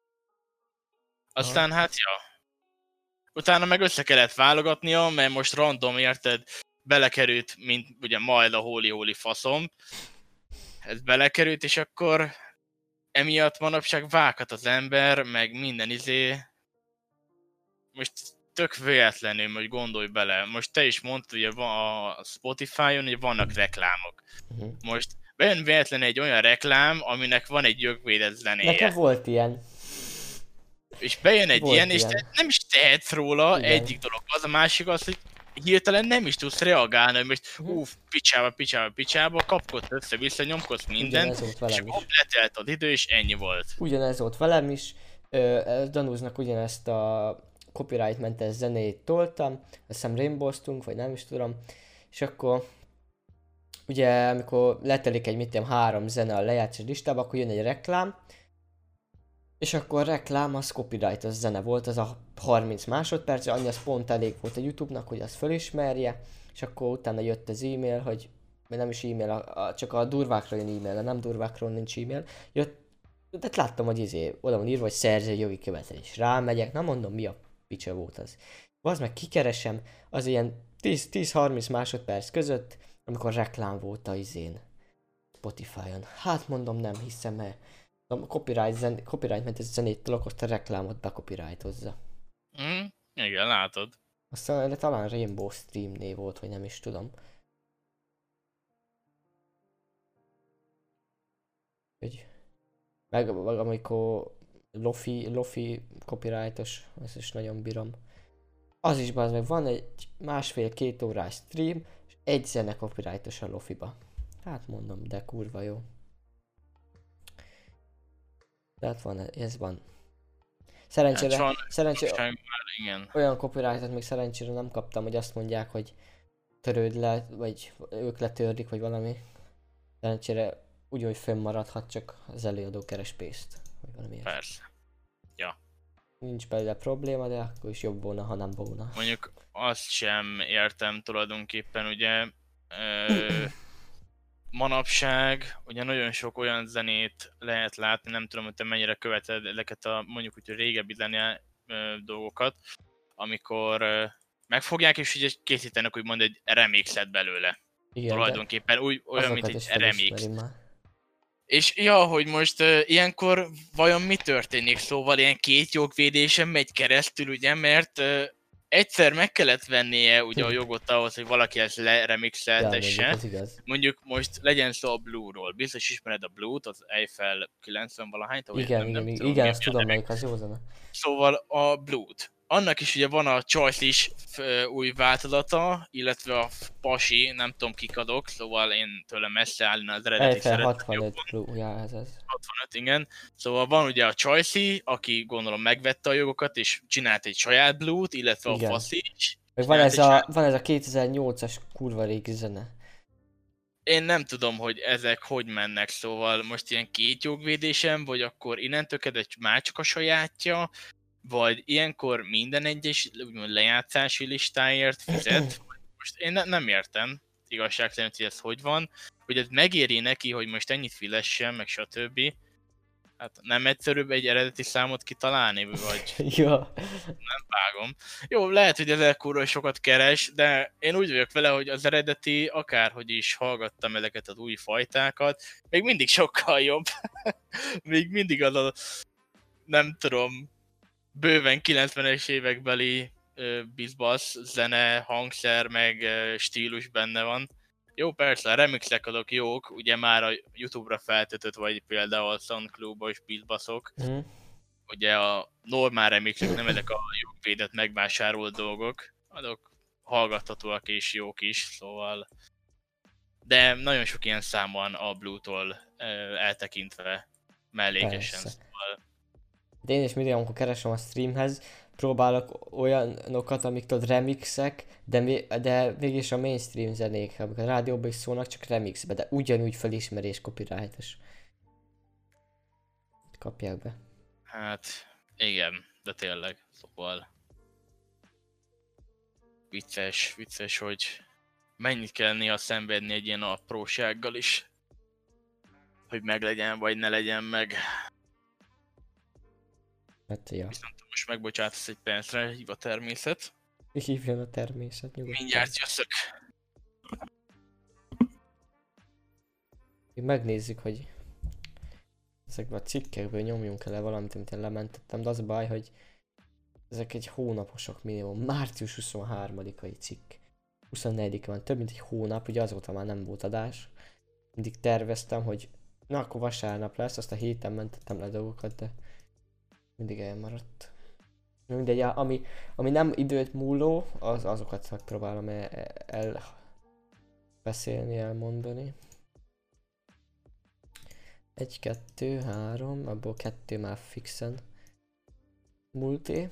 Aztán hát, ja. Utána meg össze kellett válogatnia, mert most random, érted, belekerült, mint ugye majd a Holy faszom. Ez belekerült, és akkor emiatt manapság vághat az ember, meg minden most tök véletlenül, hogy gondolj bele. Most te is mondtad, hogy a Spotify-on, hogy vannak reklámok. Most bejön véletlenül egy olyan reklám, aminek van egy jogvédett zenéje. Nekem volt ilyen. És bejön egy ilyen, és te nem is tehetsz róla, igen. Egyik dolog az, a másik az, hogy hirtelen nem is tudsz reagálni, hogy most picsába, kapkodsz össze-vissza, nyomkodsz mindent, és akkor letelt az idő, és ennyi volt. Ugyanez volt velem is, Danuznak ugyanezt a copyright-mentes zenét toltam, azt hiszem Rainbow-ztunk, vagy nem is tudom, és akkor ugye amikor letelik egy 3 zene a lejátszás listába, akkor jön egy reklám, és akkor a reklám az copyright-os zene volt, az a 30 másodperc, annyi az pont elég volt a YouTube-nak, hogy azt fölismerje, és akkor utána jött az e-mail, hogy nem is e-mail, csak a durvákról jön e-mail, a nem durvákról nincs e-mail, jött, de láttam, hogy oda van írva, hogy szerzői jogi követelés, rámegyek, nem mondom mi a picsa volt az. Az meg kikeresem, az ilyen 10-30 másodperc között, amikor reklám volt a Spotify-on. Hát mondom, nem hiszem, mert a copyright-mentes zenét tolok, azt a reklámot becopyrightozza. Igen, látod. Aztán talán Rainbow Streamné volt, vagy nem is tudom. Meg amikor Lofi copyrightos, azt is nagyon bírom. Az is bazd meg, van egy 1,5-2 órás stream, és egy zene copyrightos a Lofiba. Hát mondom, de kurva jó. Tehát van, ez van. Szerencsére olyan copyrightot még szerencsére nem kaptam, hogy azt mondják, hogy törőd le, vagy ők letörlik, vagy valami. Szerencsére úgy fönnmaradhat, csak az előadó keres pénzt, vagy valami. Persze. Ja. Nincs belőle probléma, de akkor is jobb volna, ha nem volna. Mondjuk azt sem értem tulajdonképpen, ugye manapság ugye nagyon sok olyan zenét lehet látni, nem tudom, hogy te mennyire követed ezeket a mondjuk úgy, hogy régebbi zené dolgokat, amikor megfogják és ugye készítenek úgymond egy remixet belőle. Igen, tulajdonképpen olyan, mint egy remix. És ja, hogy most ilyenkor vajon mi történik? Szóval ilyen két jogvédésen megy keresztül, ugye, mert egyszer meg kellett vennie ugye a jogot ahhoz, hogy valaki ezt leremixeltesse. Mondjuk most legyen szó a Blue-ról. Biztos ismered a Blue-t, az Eiffel 90-valahányt? Igen, azt tudom, melyik az jó zene. Szóval a Blue-t. Annak is ugye van a Choice is új változata, illetve a Pasi, nem tudom kik adok, szóval én tőlem messze állna az eredeti szeretet 65 Blue, ja, ez az. 65, igen. Szóval van ugye a Choice, aki gondolom megvette a jogokat, és csinált egy saját Blue-t, illetve igen. A Faszi is. Van ez a 2008-as kurva régi zene. Én nem tudom, hogy ezek hogy mennek, szóval most ilyen két jogvédésem, vagy akkor innentől kezdve már csak a sajátja, vagy ilyenkor minden egyes úgymond lejátszási listáért fizet. Most én nem értem igazság szerint, hogy ez hogy van, hogy ez megéri neki, hogy most ennyit filessen, meg stb. Hát nem egyszerűbb egy eredeti számot kitalálni, vagy Ja. vágom. Jó, lehet, hogy ez kurva sokat keres, de én úgy vagyok vele, hogy az eredeti, akárhogy is hallgattam ezeket az új fajtákat, még mindig sokkal jobb. Még mindig az a, nem tudom, bőven 90-es évekbeli bizbasz, zene, hangszer, meg stílus benne van. Jó, persze, a remixek azok jók, ugye már a YouTube-ra feltöltött, vagy például a SoundCloud-os bizbaszok. Mhm. Ugye a normál remixek, nem ezek a jogvédett megvásárolt dolgok, azok hallgathatóak és jók is, szóval... De nagyon sok ilyen szám van a Blue-tól eltekintve mellékesen, Persze. szóval... De én is mindig, amikor keresem a streamhez, próbálok olyanokat, amik tudod remixek, de mégis a mainstream zenék, amik a rádióban is szólnak, csak remixbe, de ugyanúgy felismerés copyrightos. Kapják be. Hát, igen, de tényleg, szóval... Vicces, hogy mennyit kell néha szenvedni egy ilyen aprósággal is. Hogy meglegyen, vagy ne legyen meg. Hát, ja. Viszont most megbocsátasz egy percre, hív a természet. Hívjon a természet nyugodtan. Mindjárt jösszök. Megnézzük, hogy ezekben a cikkekből nyomjunk el valamit, amit én lementettem, de az a baj, hogy ezek egy hónaposok minimum. Március 23-ai cikk. 24 van, több mint egy hónap, ugye azóta már nem volt adás. Mindig terveztem, hogy na akkor vasárnap lesz, azt a héten mentettem le dolgokat, de mindig elmaradt. Mindegy, ami nem időt múló, azokat megpróbálom elbeszélni, elmondani. 1, 2, 3, abból 2 már fixen múlté.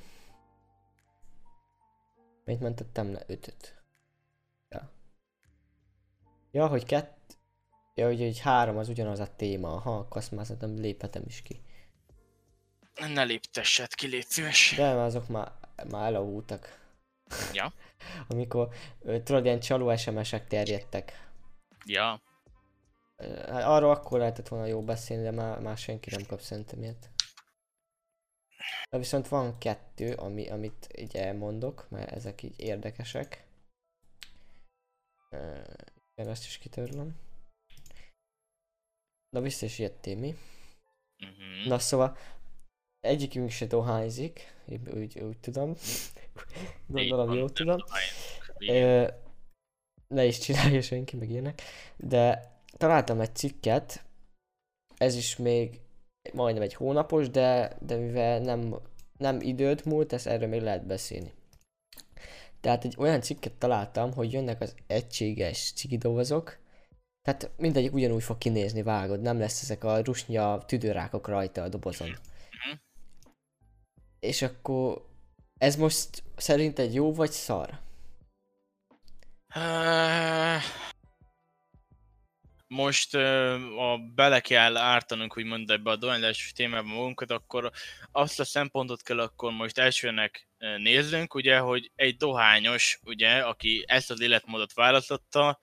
Mennyit mentettem le? 5-öt. Ja. Ja, hogy ja, hogy 3 az ugyanaz a téma. Aha, akkor azt már szerintem léphetem is ki. Ne léptessed ki, légy szíves. De azok már elavultak. Ja. Amikor tudod, ilyen csaló SMS-ek terjedtek. Ja. Arról akkor lehetett volna jó beszélni, de már senki nem kap szerintem ilyet. De viszont van 2, amit így elmondok, mert ezek így érdekesek. Igen, ezt is kitörlöm. Na vissza is jöttél mi? Na szóval egyikünk se dohányzik, úgy tudom. Gondolom jól tudom. Ne is csinálja senki, meg ilyenek. De találtam egy cikket, ez is még majdnem egy hónapos, de mivel nem időt múlt, ezt erről még lehet beszélni. Tehát egy olyan cikket találtam, hogy jönnek az egységes cikidobozok, tehát mindegyik ugyanúgy fog kinézni, vágod, nem lesz ezek a rusnya tüdőrákok rajta a dobozon. És akkor ez most szerint egy jó vagy szar? Most ha bele kell ártanunk úgymond ebbe a dohányzás témába magunkat, akkor azt a szempontot kell akkor most elsőnek nézzünk, ugye, hogy egy dohányos, ugye, aki ezt az életmódot választotta,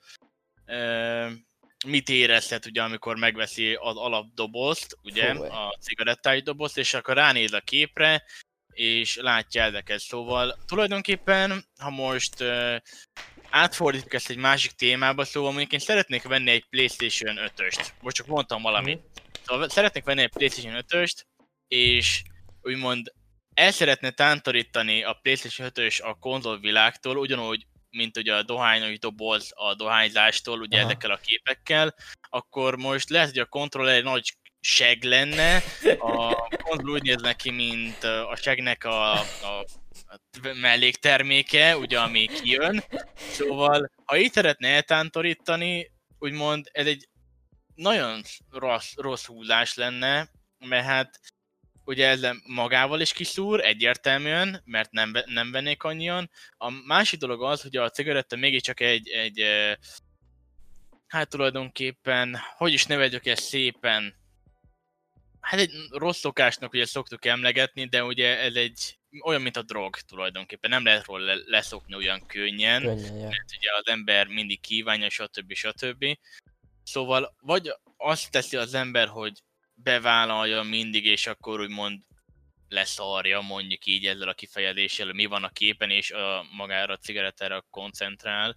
mit érezhet, ugye, amikor megveszi az alapdobozt, ugye, a cigarettájú dobozt, és akkor ránéz a képre, és látja ezeket. Szóval tulajdonképpen, ha most átfordítjuk ezt egy másik témába, szóval mondjuk én szeretnék venni egy PlayStation 5-öst. Most csak mondtam valamit. Szóval szeretnék venni egy PlayStation 5-öst, és úgymond el szeretne tántorítani a PlayStation 5-ös a konzolvilágtól, ugyanúgy, mint ugye a dohányos doboz a dohányzástól, ugye ezekkel a képekkel, akkor most lehet, hogy a kontroller egy nagy seg lenne, a konzol úgy néz neki, mint a segnek a mellékterméke, ugye, ami kijön. Szóval, ha így szeretne eltántorítani, úgymond ez egy nagyon rossz húzás lenne, mert hát ugye ezzel magával is kiszúr, egyértelműen, mert nem vennék annyian. A másik dolog az, hogy a cigaretta mégiscsak egy hát tulajdonképpen, hogy is neveljük ezt szépen, hát egy rossz szokásnak ugye szoktuk emlegetni, de ugye ez egy olyan, mint a drog tulajdonképpen, nem lehet róla leszokni olyan könnyen, Könnyen, ja. mert ugye az ember mindig kívánja, stb. Szóval vagy azt teszi az ember, hogy bevállalja mindig, és akkor úgymond leszarja, mondjuk így ezzel a kifejezéssel, mi van a képen, és magára a cigarettára koncentrál.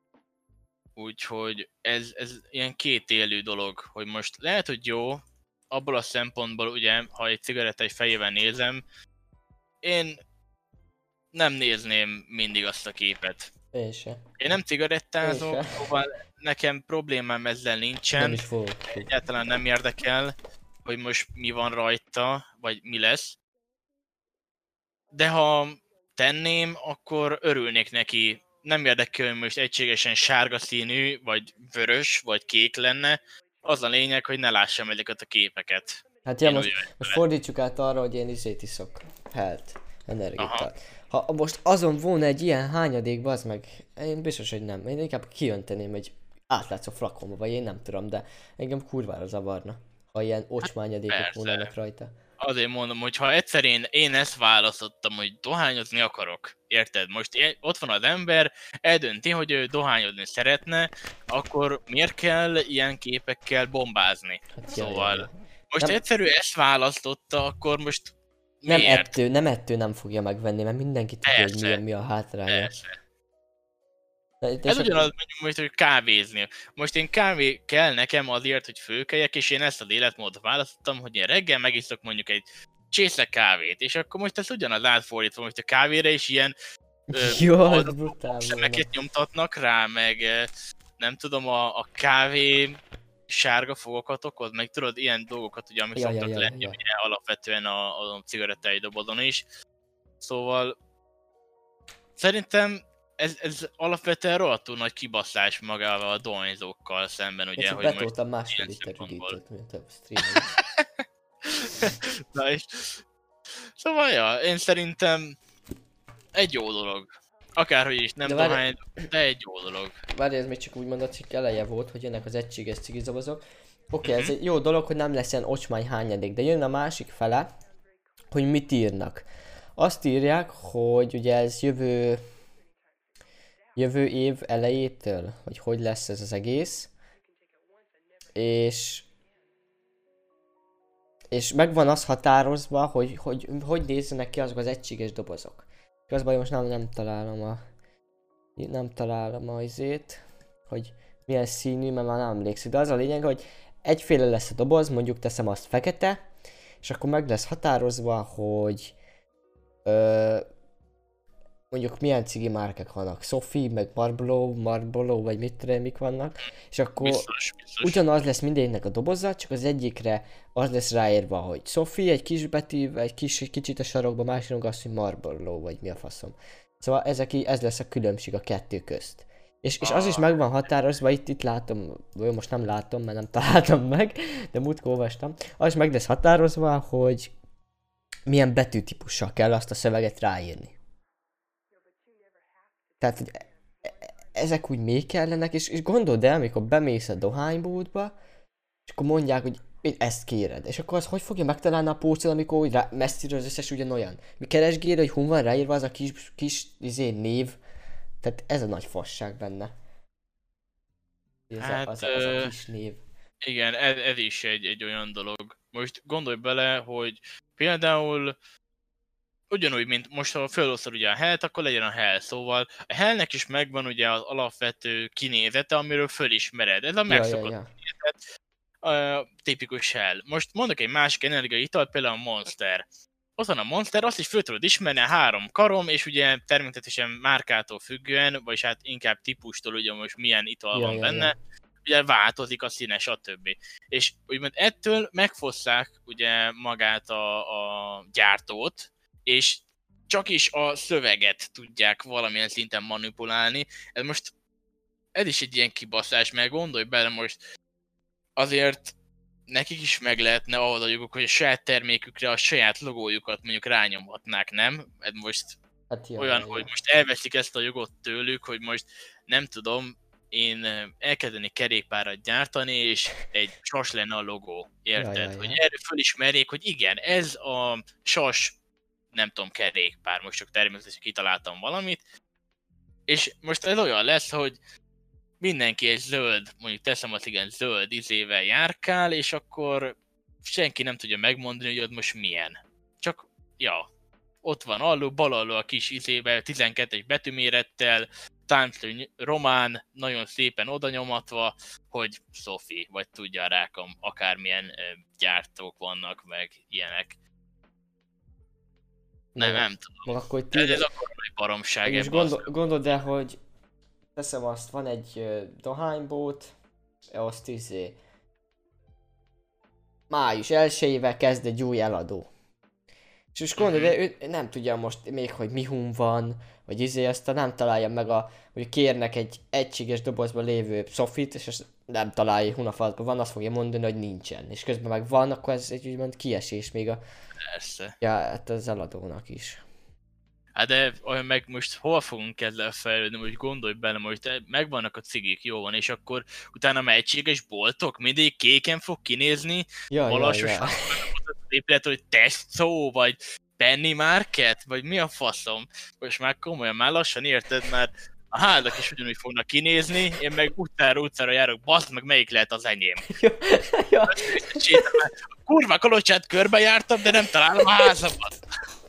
Úgyhogy ez ilyen kétélű dolog, hogy most lehet, hogy jó, abból a szempontból ugye, ha egy cigaretta egy fejével nézem, én nem nézném mindig azt a képet. Én se. Én nem cigarettázok, Én se. szóval nekem problémám ezzel Nem nincsen, is fogok. egyáltalán nem érdekel, hogy most mi van rajta, vagy mi lesz. De ha tenném, akkor örülnék neki. Nem érdekel, hogy most egységesen sárga színű, vagy vörös, vagy kék lenne. Az a lényeg, hogy ne lássam ezeket a képeket. Hát ja, Én úgy most vagyok vele. fordítsuk át arra, hogy én izét iszok. Helt. Aha. Energiát. Ha most azon volna egy ilyen hányadék, bazd meg, én biztos, hogy nem. Én inkább kijönteném egy átlátszó flakonba, vagy én nem tudom, de engem kurvára zavarna, ha ilyen ocsmányadékok persze. volnának rajta. Azért mondom, hogy ha egyszer én ezt választottam, hogy dohányozni akarok, érted? Most ott van az ember, eldönti, hogy ő dohányozni szeretne, akkor miért kell ilyen képekkel bombázni? Hát Szóval, most Nem- egyszerű ezt választotta, akkor most miért? Nem ettől nem fogja megvenni, mert mindenki tudja, hogy Persze. mi a hátránya. Persze. De Ez csak- ugyanaz mondjuk most, hogy kávézni. Most én kávé kell nekem azért, hogy fölkeljek, és én ezt az életmódot választottam, hogy én reggel megiszok mondjuk egy csésze kávét, és akkor most ez ugyanaz átfordítva, most a kávéra is ilyen Jó, ez brutál volna. szemeket nyomtatnak rá, meg nem tudom, a kávé sárga fogokat okoz, meg tudod, ilyen dolgokat ugye, amik szoktak lenni ugye, alapvetően a cigarettai dobozon is. Szóval szerintem ez alapvetően rohadtul nagy kibaszás magával a dohányzókkal szemben, ugye, Én csak hogy most betoltam másfél ilyen liter szempontból. üdítőt, mint a streamen. Na és... Szóval ja, én szerintem egy jó dolog. Akárhogy is nem De várj- dohány, de egy jó dolog. Várj, ez még csak úgymond a cikk eleje volt, hogy jönnek az egységes cigizabozok. Oké, ez Mhm. egy jó dolog, hogy nem lesz ilyen ocsmány hányadék, de jön a másik fele, hogy mit írnak. Azt írják, hogy ugye ez jövő év elejétől, hogy lesz ez az egész, és megvan az határozva, hogy nézzenek ki azok az egységes dobozok. És az baj, most nem találom a izét, hogy milyen színű, mert már nem emlékszik, de az a lényeg, hogy egyféle lesz a doboz, mondjuk teszem azt fekete, és akkor meg lesz határozva, hogy mondjuk milyen cigi márkák vannak, Sophie, meg Marlboro, vagy mit tudom, mik vannak, és akkor Biztos. ugyanaz lesz mindegyiknek a doboza, csak az egyikre az lesz ráírva, hogy Sophie egy kis betűvel, egy kicsit a sarokba, másiknak azt, hogy Marlboro, vagy mi a faszom. Szóval ez lesz a különbség a kettő közt. És az is meg van határozva, itt látom, vagy most nem látom, mert nem találtam meg, de múltkor olvastam, az is meg lesz határozva, hogy milyen betűtípussal kell azt a szöveget ráírni. Tehát, hogy ezek úgy még kellenek, és gondold el, amikor bemész a dohányboltba, és akkor mondják, hogy ezt kéred. És akkor az hogy fogja megtalálni a polcon, amikor úgy messziről az összes ugyanolyan? Mi keresgél, hogy hol van ráírva az a kis név? Tehát ez a nagy fasság benne. Hát, Az a kis név. Igen, ez is egy olyan dolog. Most gondolj bele, hogy például ugyanúgy, mint most ha felosztod ugye a Hell-t, akkor legyen a Hell. Szóval a Hellnek is megvan ugye az alapvető kinézete, amiről fölismered. Ez a megszokott kinézet, a tipikus Hell. Most mondok egy másik energiaitalt, például a Monster. Ott van a Monster, azt is föl tudod ismerni, 3 karom, és ugye természetesen márkától függően, vagyis hát inkább típustól, ugye most milyen ital van benne, ugye változik a színe, stb. És úgymond ettől megfosszák ugye magát a gyártót, és csak is a szöveget tudják valamilyen szinten manipulálni. Ez is egy ilyen kibaszás, mert gondolj bele most, azért nekik is meg lehetne ahhoz a joguk, hogy a saját termékükre a saját logójukat mondjuk rányomhatnák, nem? Ez most olyan, hogy most elveszik ezt a jogot tőlük, hogy most nem tudom, én elkezdeni kerékpárat gyártani, és egy sas lenne a logó, érted? Hogy erről fölismerjék, hogy igen, ez a sas nem tudom, kerékpár, most csak természetesen kitaláltam valamit, és most ez olyan lesz, hogy mindenki egy zöld, mondjuk teszem azt, igen, zöld izével járkál, és akkor senki nem tudja megmondani, hogy ott most milyen. Csak, ja, ott van alul, bal alul a kis izével, 12-es betűmérettel, tánclő román, nagyon szépen odanyomatva, hogy Sophie, vagy tudja rákom, akármilyen gyártók vannak, meg ilyenek. Nem tudom. Meg akkor Ez akkor egy baromság és ebben. gondold el, hogy teszem azt, van egy dohánybót, azt május 1-ével kezd egy új eladó. És most gondolod, ő nem tudja most még, hogy mihum van, vagy aztán nem találja meg hogy kérnek egy egységes dobozban lévő Sofit, és azt nem találja, hunafalkban van, azt fogja mondani, hogy nincsen. És közben meg van, akkor ez egy úgymond kiesés még Persze. Ja, hát az eladónak is. Hát de olyan meg most hol fogunk ezzel fejlődni, hogy gondolj bele, most megvannak a cigik, jó van, és akkor utána már egységes boltok, mindig kéken fog kinézni, malassosan épület, hogy Tesco, vagy Penny Market, vagy mi a faszom? Most már komolyan, már lassan érted, mert a hádak is ugyanúgy fognak kinézni, én meg utcára járok, baszd meg, melyik lehet az enyém. Ja. Kurva kolocsát körbejártam, de nem találom a házamat.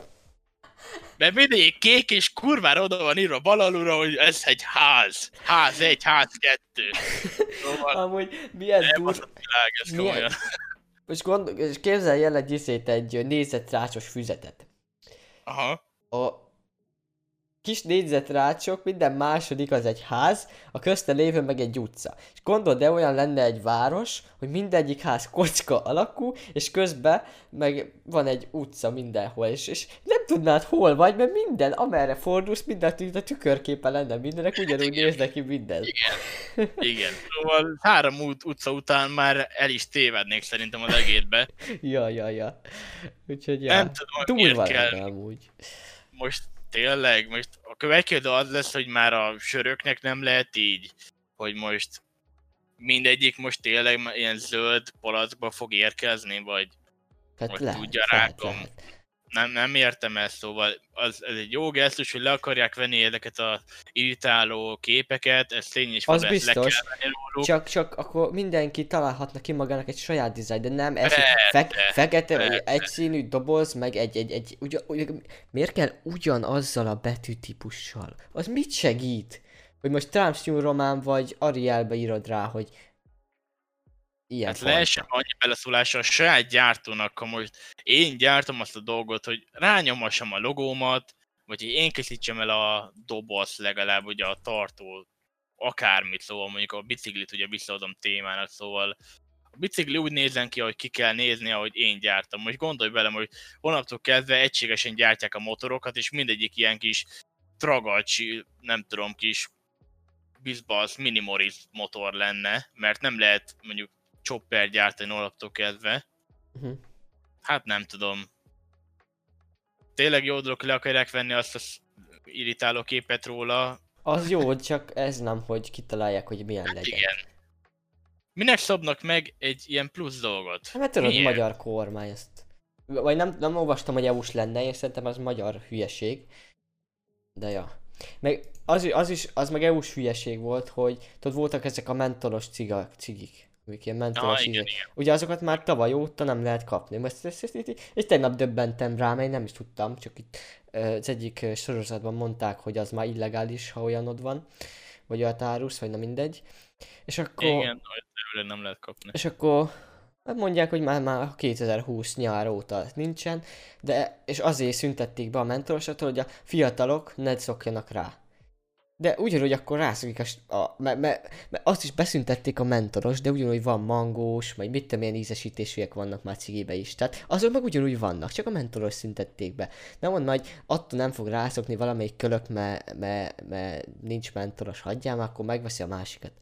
Mert mindig kék és kurvára oda van írva bal alulra, hogy ez egy ház. Ház 1, ház 2. Szóval... Amúgy milyen komolyan. Most képzelj el egy négyzetrácsos füzetet. Aha. A kis négyzetrácsok, minden második az egy ház, a közte lévő meg egy utca. És gondold, de olyan lenne egy város, hogy mindegyik ház kocka alakú, és közben meg van egy utca mindenhol, és nem tudnád hol vagy, mert minden, amerre fordulsz, mindent a tükörképe lenne, mindenek ugyanúgy néznek ki minden. Igen. Szóval 3 utca után már el is tévednék szerintem az egészbe. Ja. Úgyhogy ja. Nem tudom, miért kell. Amúgy. Most tényleg, most a következő az lesz, hogy már a söröknek nem lehet így, hogy most mindegyik most tényleg ilyen zöld palackba fog érkezni, vagy tudja rákom. Nem értem ezt, szóval ez egy jó gesztus, hogy le akarják venni ezeket az irritáló képeket, ez tény is az biztos, le kell venni róluk. Csak akkor mindenki találhatna ki magának egy saját dizájn, de nem, ez fekete, egyszínű doboz, meg egy miért kell ugyanazzal a betűtípussal? Az mit segít? Hogy most Times New Roman vagy Arialbe írod rá, hogy ilyen hát lehessen annyi beleszólása a saját gyártónak, ha most én gyártom azt a dolgot, hogy rányomassam a logómat, vagy hogy én készítsem el a dobozt legalább, ugye a tartó, akármit, szóval mondjuk a biciklit ugye visszaadom témának, szóval a bicikli úgy nézzen ki, ahogy ki kell nézni, ahogy én gyártam. Most gondolj bele, hogy holnaptól kezdve egységesen gyártják a motorokat, és mindegyik ilyen kis tragacsi, nem tudom, kis bizbasz minimoris motor lenne, mert nem lehet mondjuk chopper gyártani alaptól kezdve. Hát nem tudom. Tényleg jó dolog, le akarják venni azt az irritáló képet róla. Az jó, csak ez nem, hogy kitalálják, hogy milyen legyen. Igen. Minek szabnak meg egy ilyen plusz dolgot? Hát mert tudod, magyar kormány ezt. Vagy nem olvastam, hogy EU-s lenne, én szerintem az magyar hülyeség. De ja. Meg az meg EU-s hülyeség volt, hogy tudod, voltak ezek a mentolos cigik. Ilyen mentolos igen. Ugye azokat már tavaly óta nem lehet kapni. Most és tegnap döbbentem rá, mert nem is tudtam, csak itt az egyik sorozatban mondták, hogy az már illegális, ha olyanod van. Vagy olyat árulsz, vagy nem mindegy. És akkor... Igen, nem lehet kapni. És akkor hát mondják, hogy már 2020 nyár óta nincsen, és azért szüntették be a mentorosat, hogy a fiatalok ne szokjanak rá. De ugyanúgy akkor rászokik mert azt is beszüntették a mentoros, de ugyanúgy van mangós, vagy mit tudom, milyen ízesítésűek vannak már cigibe is. Tehát azok meg ugyanúgy vannak, csak a mentoros szüntették be. Nem mondd majd, attól nem fog rászokni valamelyik kölök, mert nincs mentoros, hagyjál, akkor megveszi a másikat.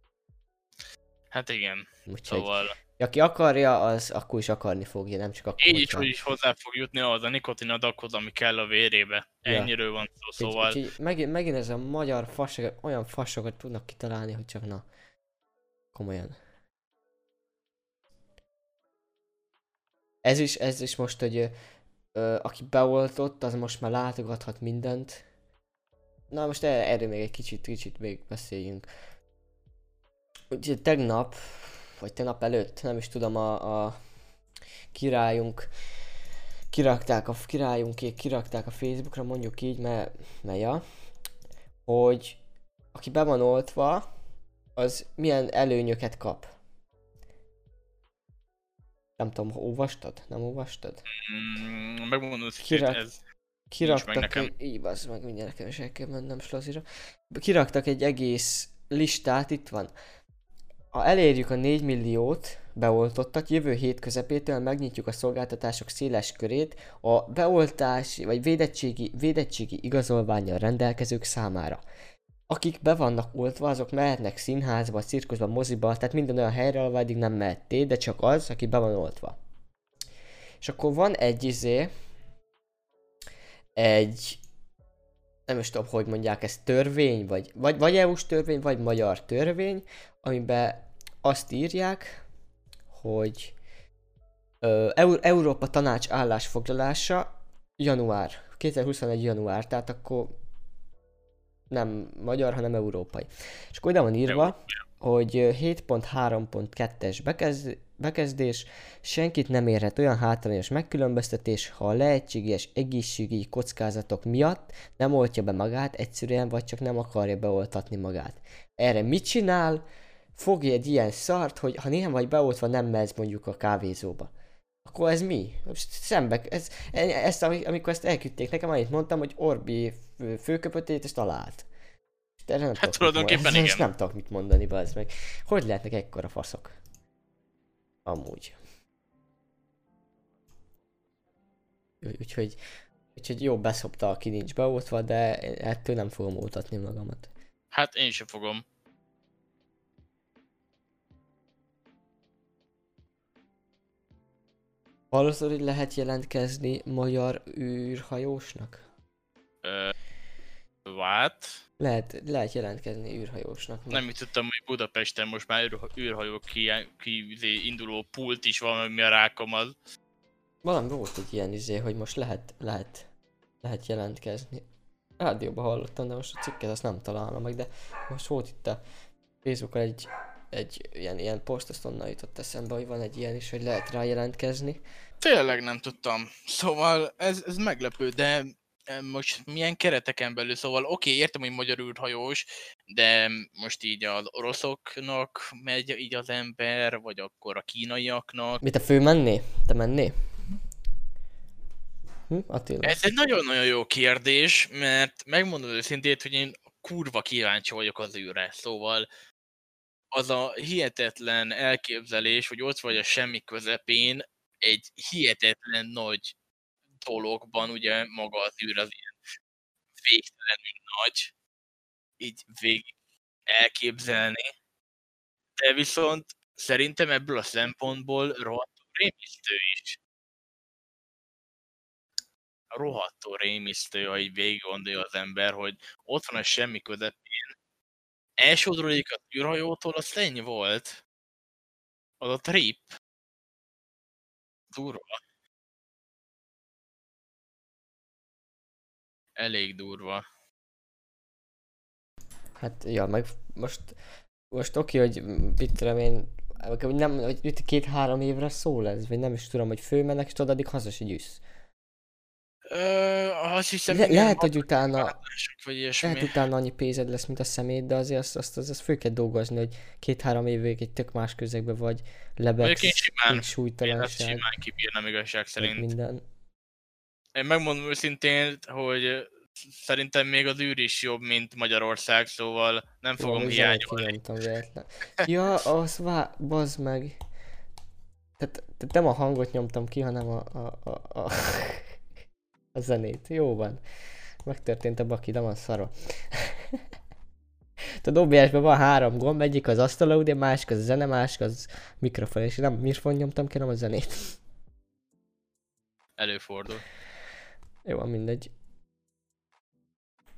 Hát igen. Úgyhogy, szóval... aki akarja, az akkor is akarni fogja, nem csak akkor, így is hozzá fog jutni az a nikotinadaghoz, ami kell a vérébe. Ennyiről van szó, szóval... Megint ez a magyar fasság, olyan fassokat tudnak kitalálni, hogy csak na. Komolyan. Ez is most, hogy aki beoltott, az most már látogathat mindent. Na most erről még egy kicsit még beszéljünk. Ugye tegnap, vagy tegnap előtt, nem is tudom, a királyunk, kirakták a Facebookra, mondjuk így, mert ja, hogy aki be van oltva, az milyen előnyöket kap. Nem tudom, olvastad? Nem olvastad? Megmondom, hogy ez kiraktak így bazd meg, mindjárt nekem is el kell mennem slazira. Kiraktak egy egész listát, itt van. Ha elérjük a 4 milliót beoltottat, jövő hét közepétől megnyitjuk a szolgáltatások széles körét a beoltási vagy védettségi igazolvánnyal rendelkezők számára. Akik be vannak oltva, azok mehetnek színházba, cirkuszba, moziba, tehát minden olyan helyre, ahol eddig nem mehettél, de csak az, aki be van oltva. És akkor van nem is tudom, hogy mondják, ez törvény, vagy EU-s törvény, vagy magyar törvény, amiben azt írják, hogy Európa Tanács állásfoglalása 2021 január, tehát akkor nem magyar, hanem európai. És akkor ide van írva, hogy 7.3.2-es bekezdés, senkit nem érhet olyan hátrányos megkülönböztetés, ha a lehetséges egészségügyi kockázatok miatt nem oltja be magát egyszerűen, vagy csak nem akarja beoltatni magát. Erre mit csinál? Fogja egy ilyen szart, hogy ha néha vagy beoltva, nem mehetsz mondjuk a kávézóba. Akkor ez mi? Amikor ezt elküldték nekem, annyit mondtam, hogy Orbi főköpötét ezt talált. Hát tulajdonképpen igen. Ezt nem tudok mit mondani, bazd meg. Hogy lehetnek ekkora faszok? Amúgy. Úgyhogy jó, beszopta, aki nincs beoltva, de ettől nem fogom oltatni magamat. Hát én sem fogom. Hallottad, hogy lehet jelentkezni magyar űrhajósnak? What? Lehet jelentkezni űrhajósnak. Nem is tudtam, hogy Budapesten most már űrhajók induló pult is van, mi a rákom az. Valami volt egy ilyen hogy most lehet jelentkezni. Rádióban hallottam, de most a cikket azt nem találom meg, de most volt itt a Facebookon egy ilyen poszt, azt onnan jutott eszembe, hogy van egy ilyen is, hogy lehet rá jelentkezni. Tényleg nem tudtam. Szóval ez meglepő, de most milyen kereteken belül, szóval oké, értem, hogy magyar űrhajós, de most így az oroszoknak megy így az ember, vagy akkor a kínaiaknak. Mit, te fölmenné? Te menné? Attila? Ez egy nagyon-nagyon jó kérdés, mert megmondom őszintén, hogy én kurva kíváncsi vagyok az űrre, szóval az a hihetetlen elképzelés, hogy ott vagy a semmi közepén, egy hihetetlen nagy dologban, ugye maga az űr az ilyen végtelenül nagy, így végig elképzelni, de viszont szerintem ebből a szempontból rohadtul rémisztő is. Rohadtul rémisztő, ha így végig gondolja az ember, hogy ott van a semmi közepén. Elsodrodik az űrhajótól, az ennyi volt. Az a trip. Durva. Elég durva. Hát, ja, meg most oké, hogy mit tudom én, nem, hogy 2-3 évre szól ez, vagy nem is tudom, hogy fölmennek, és tudod, addig haza se gyűsz. Azt hiszem, lehet, hogy utána annyi pénzed lesz, mint a szemét, de azért azt föl kell dolgozni, hogy 2-3 évig egy tök más közegben vagy, lebegsz, nincs súlytalanság. Én simán kibírnám igazság szerint. Minden. Én megmondom őszintén, hogy szerintem még az űr is jobb, mint Magyarország, szóval nem fogom hiányolni. Ja, az bazd meg. Tehát nem a hangot nyomtam ki, hanem a zenét. Jó van. Megtörtént a baki, de van szarva. Tudod, OBS-ben van 3 gomb, egyik az asztalaudio, másik az a zene, másik az mikrofon, és nem mikrofon nyomtam ki, hanem a zenét. Előfordul. Jó, van mindegy.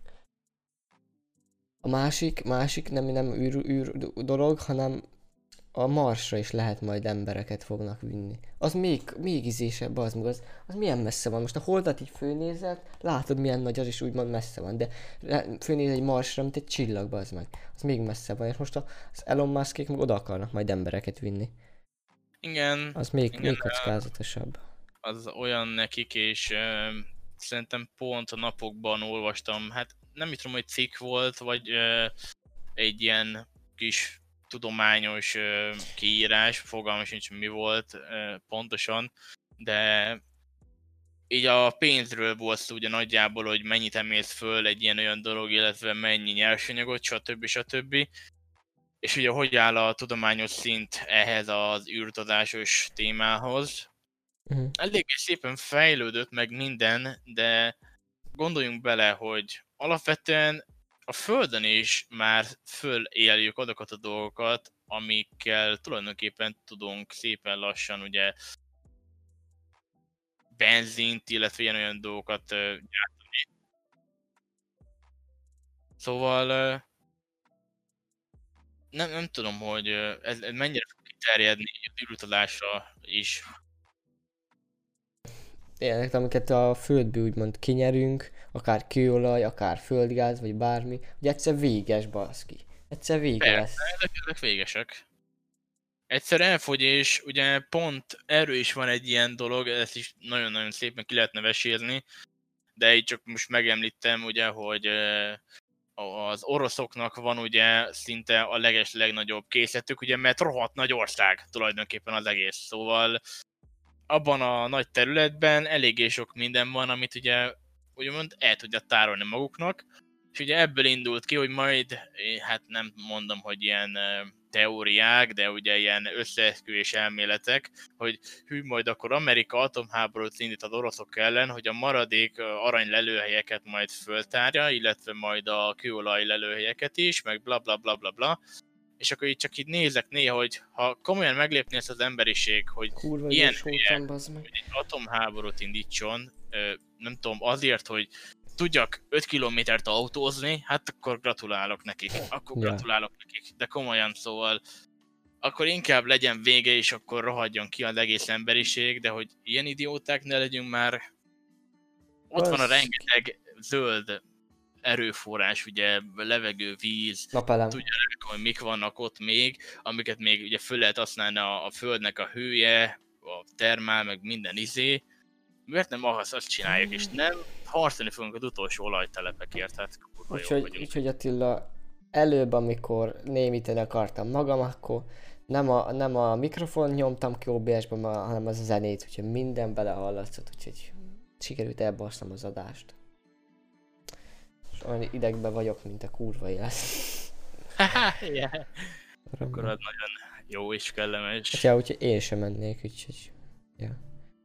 A másik nem űr dolog, hanem a Marsra is lehet majd embereket fognak vinni. Az még izésebb, az meg az milyen messze van. Most a Holdat így főnézed, látod milyen nagy az is úgymond messze van, de főnéz egy Marsra, mint egy csillag, az meg. Az még messze van, és most az Elon Muskék meg oda akarnak majd embereket vinni. Igen. Az még igen, kockázatosabb. Az olyan nekik, és szerintem pont a napokban olvastam, hát nem tudom, hogy cikk volt, vagy egy ilyen kis tudományos kiírás, fogalmam sincs mi volt pontosan, de így a pénzről volt szó ugye nagyjából, hogy mennyit emész föl egy ilyen olyan dolog, illetve mennyi nyersanyagot, stb. És ugye hogy áll a tudományos szint ehhez az űrutazásos témához. Eléggé szépen fejlődött meg minden, de gondoljunk bele, hogy alapvetően a Földön is már föléljük azokat a dolgokat, amikkel tulajdonképpen tudunk szépen lassan ugye benzint, illetve ilyen-olyan dolgokat gyártani. Szóval nem tudom, hogy ez mennyire fog kiterjedni az űrutazásra is. Ilyenek, amiket a földből úgymond kinyerünk, akár kőolaj, akár földgáz, vagy bármi, hogy egyszer véges, baszki. Egyszer vége lesz. Ezek végesek. Egyszer elfogy, és ugye pont erről is van egy ilyen dolog, ezt is nagyon-nagyon szépen ki lehetne vesélni, de így csak most megemlítem ugye, hogy az oroszoknak van ugye szinte a legnagyobb készletük, ugye, mert rohadt nagy ország tulajdonképpen az egész, szóval abban a nagy területben eléggé sok minden van, amit ugye úgymond el tudja tárolni maguknak, és ugye ebből indult ki, hogy majd, hát nem mondom, hogy ilyen teóriák, de ugye ilyen összeesküvés elméletek, hogy majd akkor Amerika atomháborút indít az oroszok ellen, hogy a maradék arany lelőhelyeket majd föltárja, illetve majd a kőolaj lelőhelyeket is, meg bla bla bla bla bla. És akkor így csak így nézek néha, hogy ha komolyan meglépni ezt az emberiség, hogy kurva ilyen hülye, hogy egy atomháborút indítson, nem tudom, azért, hogy tudjak 5 kilométert autózni, hát akkor gratulálok nekik. Gratulálok nekik. De komolyan, szóval akkor inkább legyen vége, és akkor rohadjon ki az egész emberiség, de hogy ilyen idióták ne legyünk már. Ott van a rengeteg zöld erőforrás, ugye levegő, víz, napelem. tudják, hogy mik vannak ott még, amiket még ugye föl lehet használni a földnek a hője, a termál, meg minden izé. Miért nem azt csináljuk, és nem harcolni fogunk az utolsó olajtelepekért, hát kurva jó vagyunk. Úgyhogy Attila, előbb, amikor némíteni akartam magam, akkor nem a mikrofon nyomtam ki OBS-be, hanem az a zenét, úgyhogy minden belehallatszott, úgyhogy sikerült elbasznom az adást. És olyan idegben vagyok, mint a kurva élet. Yeah. Akkor az nagyon jó és kellemes. Ja, úgyhogy én sem mennék, úgyhogy... Ja.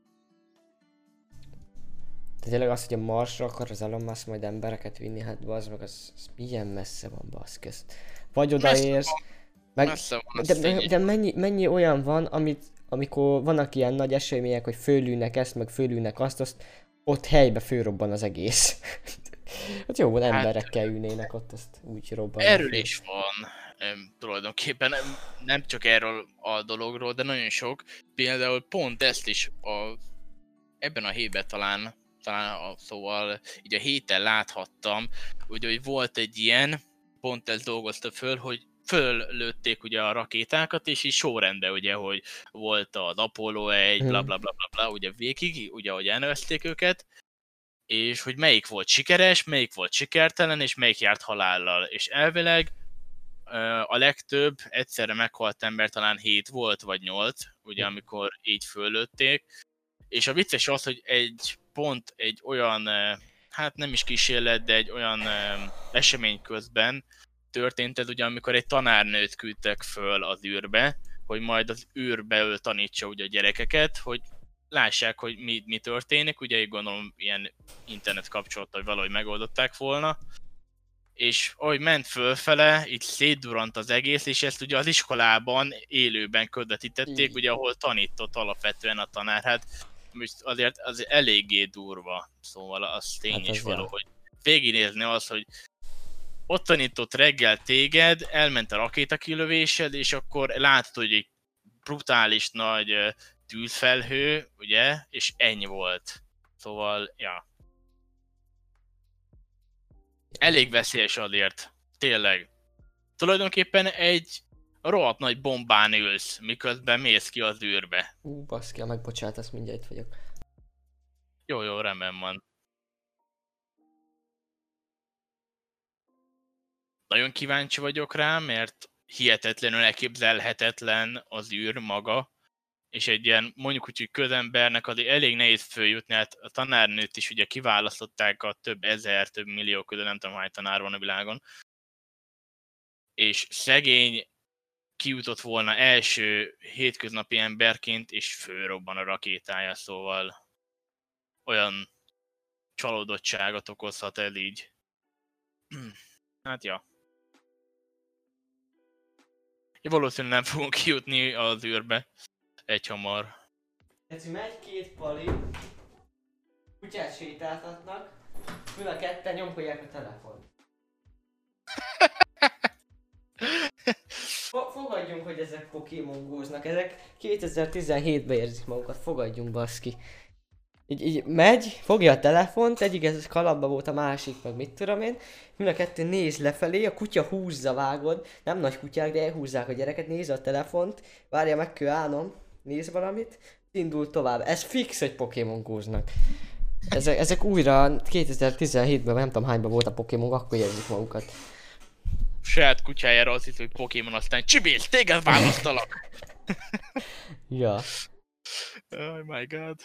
De tényleg az, hogy a Marsra akar az Elon Musk majd embereket vinni, hát bazd meg, az milyen messze van, baszk, ezt. Vagy odaérsz, meg, de mennyi olyan van, amikor vannak ilyen nagy események, hogy fölülnek ezt, meg fölülnek azt ott helybe fölrobban az egész. Hát jó, van emberekkel ülnének ott, azt úgy robban. Erről is van tulajdonképpen, nem csak erről a dologról, de nagyon sok. Például pont ezt is ebben a hétben talán szóval így a héten láthattam, ugye, hogy volt egy ilyen, pont ezt dolgozta föl, hogy föllőtték ugye a rakétákat, és így sorrendben ugye, hogy volt az Apollo 1, bla bla bla bla bla, ugye végig, ugye, ahogy elnevezték őket, és hogy melyik volt sikeres, melyik volt sikertelen, és melyik járt halállal. És elvileg a legtöbb egyszerre meghalt ember talán 7 volt, vagy 8, ugye, amikor így föllőtték. És a vicces az, hogy pont egy olyan, hát nem is kísérlet, de egy olyan esemény közben történt ez, ugye, amikor egy tanárnőt küldtek föl az űrbe, hogy majd az űrbe tanítsa ugye a gyerekeket, hogy lássák, hogy mi történik, ugye így gondolom ilyen internet kapcsolattal valahogy megoldották volna. És ahogy ment fölfele, így szétdurrant az egész, és ezt ugye az iskolában élőben közvetítették, ugye ahol tanított alapvetően a tanár. Hát most azért az eléggé durva, szóval az tény is való, hogy végignézni az, hogy ott tanított reggel téged, elment a rakétakilövésed, és akkor látod, hogy egy brutális nagy tűzfelhő, ugye, és ennyi volt. Szóval, ja. Elég veszélyes azért. Tényleg. Tulajdonképpen egy rohadt nagy bombán ülsz, miközben mész ki az űrbe. Baszki, megbocsátasz, mindjárt itt vagyok. Jó, rendben van. Nagyon kíváncsi vagyok rá, mert hihetetlenül elképzelhetetlen az űr maga, és egy ilyen, mondjuk úgy, hogy közembernek azért elég nehéz följutni, hát a tanárnőt is ugye kiválasztották a több ezer, több millió közül, nem tudom hány tanár van a világon, és szegény kijutott volna első hétköznapi emberként, és fölrobban a rakétája, szóval olyan csalódottságot okozhat el így. Hát ja. Valószínűleg nem fogunk kijutni az űrbe egyhamar. Ez megy két pali, kutyát sétáltatnak, mind a ketten nyomkodják a telefont. Fogadjunk, hogy ezek Pokémon Go-znak, ezek 2017-ben érzik magukat, fogadjunk baszki. Így megy, fogja a telefont, egyik ez kalapba volt, a másik meg mit tudom én, mind a kettő néz lefelé, a kutya húzza, vágod, nem nagy kutyák, de elhúzzák a gyereket, néz a telefont, várja meg kell állnom, néz valamit, indul tovább. Ez fix, hogy Pokémon Go-znak. Ezek újra 2017-ben, nem tudom hányban volt a Pokémon, akkor érzik magukat. Saját kutyájára azt hisz, hogy Pokémon, aztán Csibész, téged választalak! Ja. Oh my god.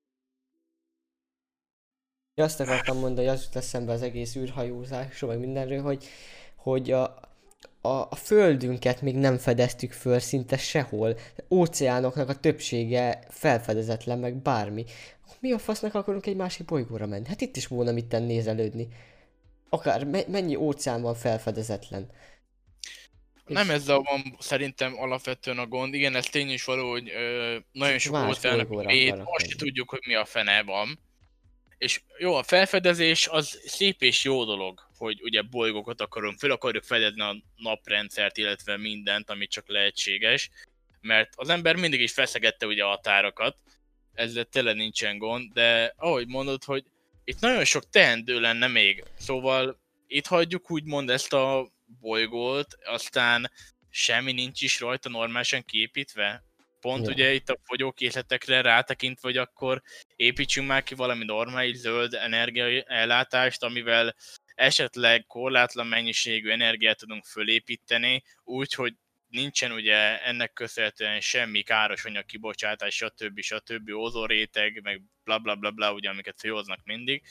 Ja, azt akartam mondani, hogy az jut eszembe az egész űrhajózásról, meg mindenről, hogy a földünket még nem fedeztük föl szinte sehol. Óceánoknak a többsége felfedezetlen, meg bármi. Mi a fasznak akarunk egy másik bolygóra menni? Hát itt is volna mitten nézelődni. Akár mennyi óceán van felfedezetlen. Nem ezzel van szerintem alapvetően a gond. Igen, ez tény is való, hogy nagyon sok óceánok még most se tudjuk, hogy mi a fene van. És jó, a felfedezés az szép és jó dolog, hogy ugye bolygókat akarjuk fedezni a naprendszert, illetve mindent, ami csak lehetséges. Mert az ember mindig is feszegette ugye a határokat, ezzel tényleg nincsen gond, de ahogy mondod, hogy itt nagyon sok teendő lenne még. Szóval itt hagyjuk úgymond ezt a bolygót, aztán semmi nincs is rajta normálisan kiépítve. Pont Ja. ugye itt a fogyókészletekre rátekintve, hogy akkor építsünk már ki valami normális zöld energiaellátást, amivel esetleg korlátlan mennyiségű energiát tudunk fölépíteni, úgy, hogy nincsen ugye ennek köszönhetően semmi káros anyag kibocsátás, stb. Ózonréteg, meg bla bla bla bla, ugye, amiket főhoznak mindig.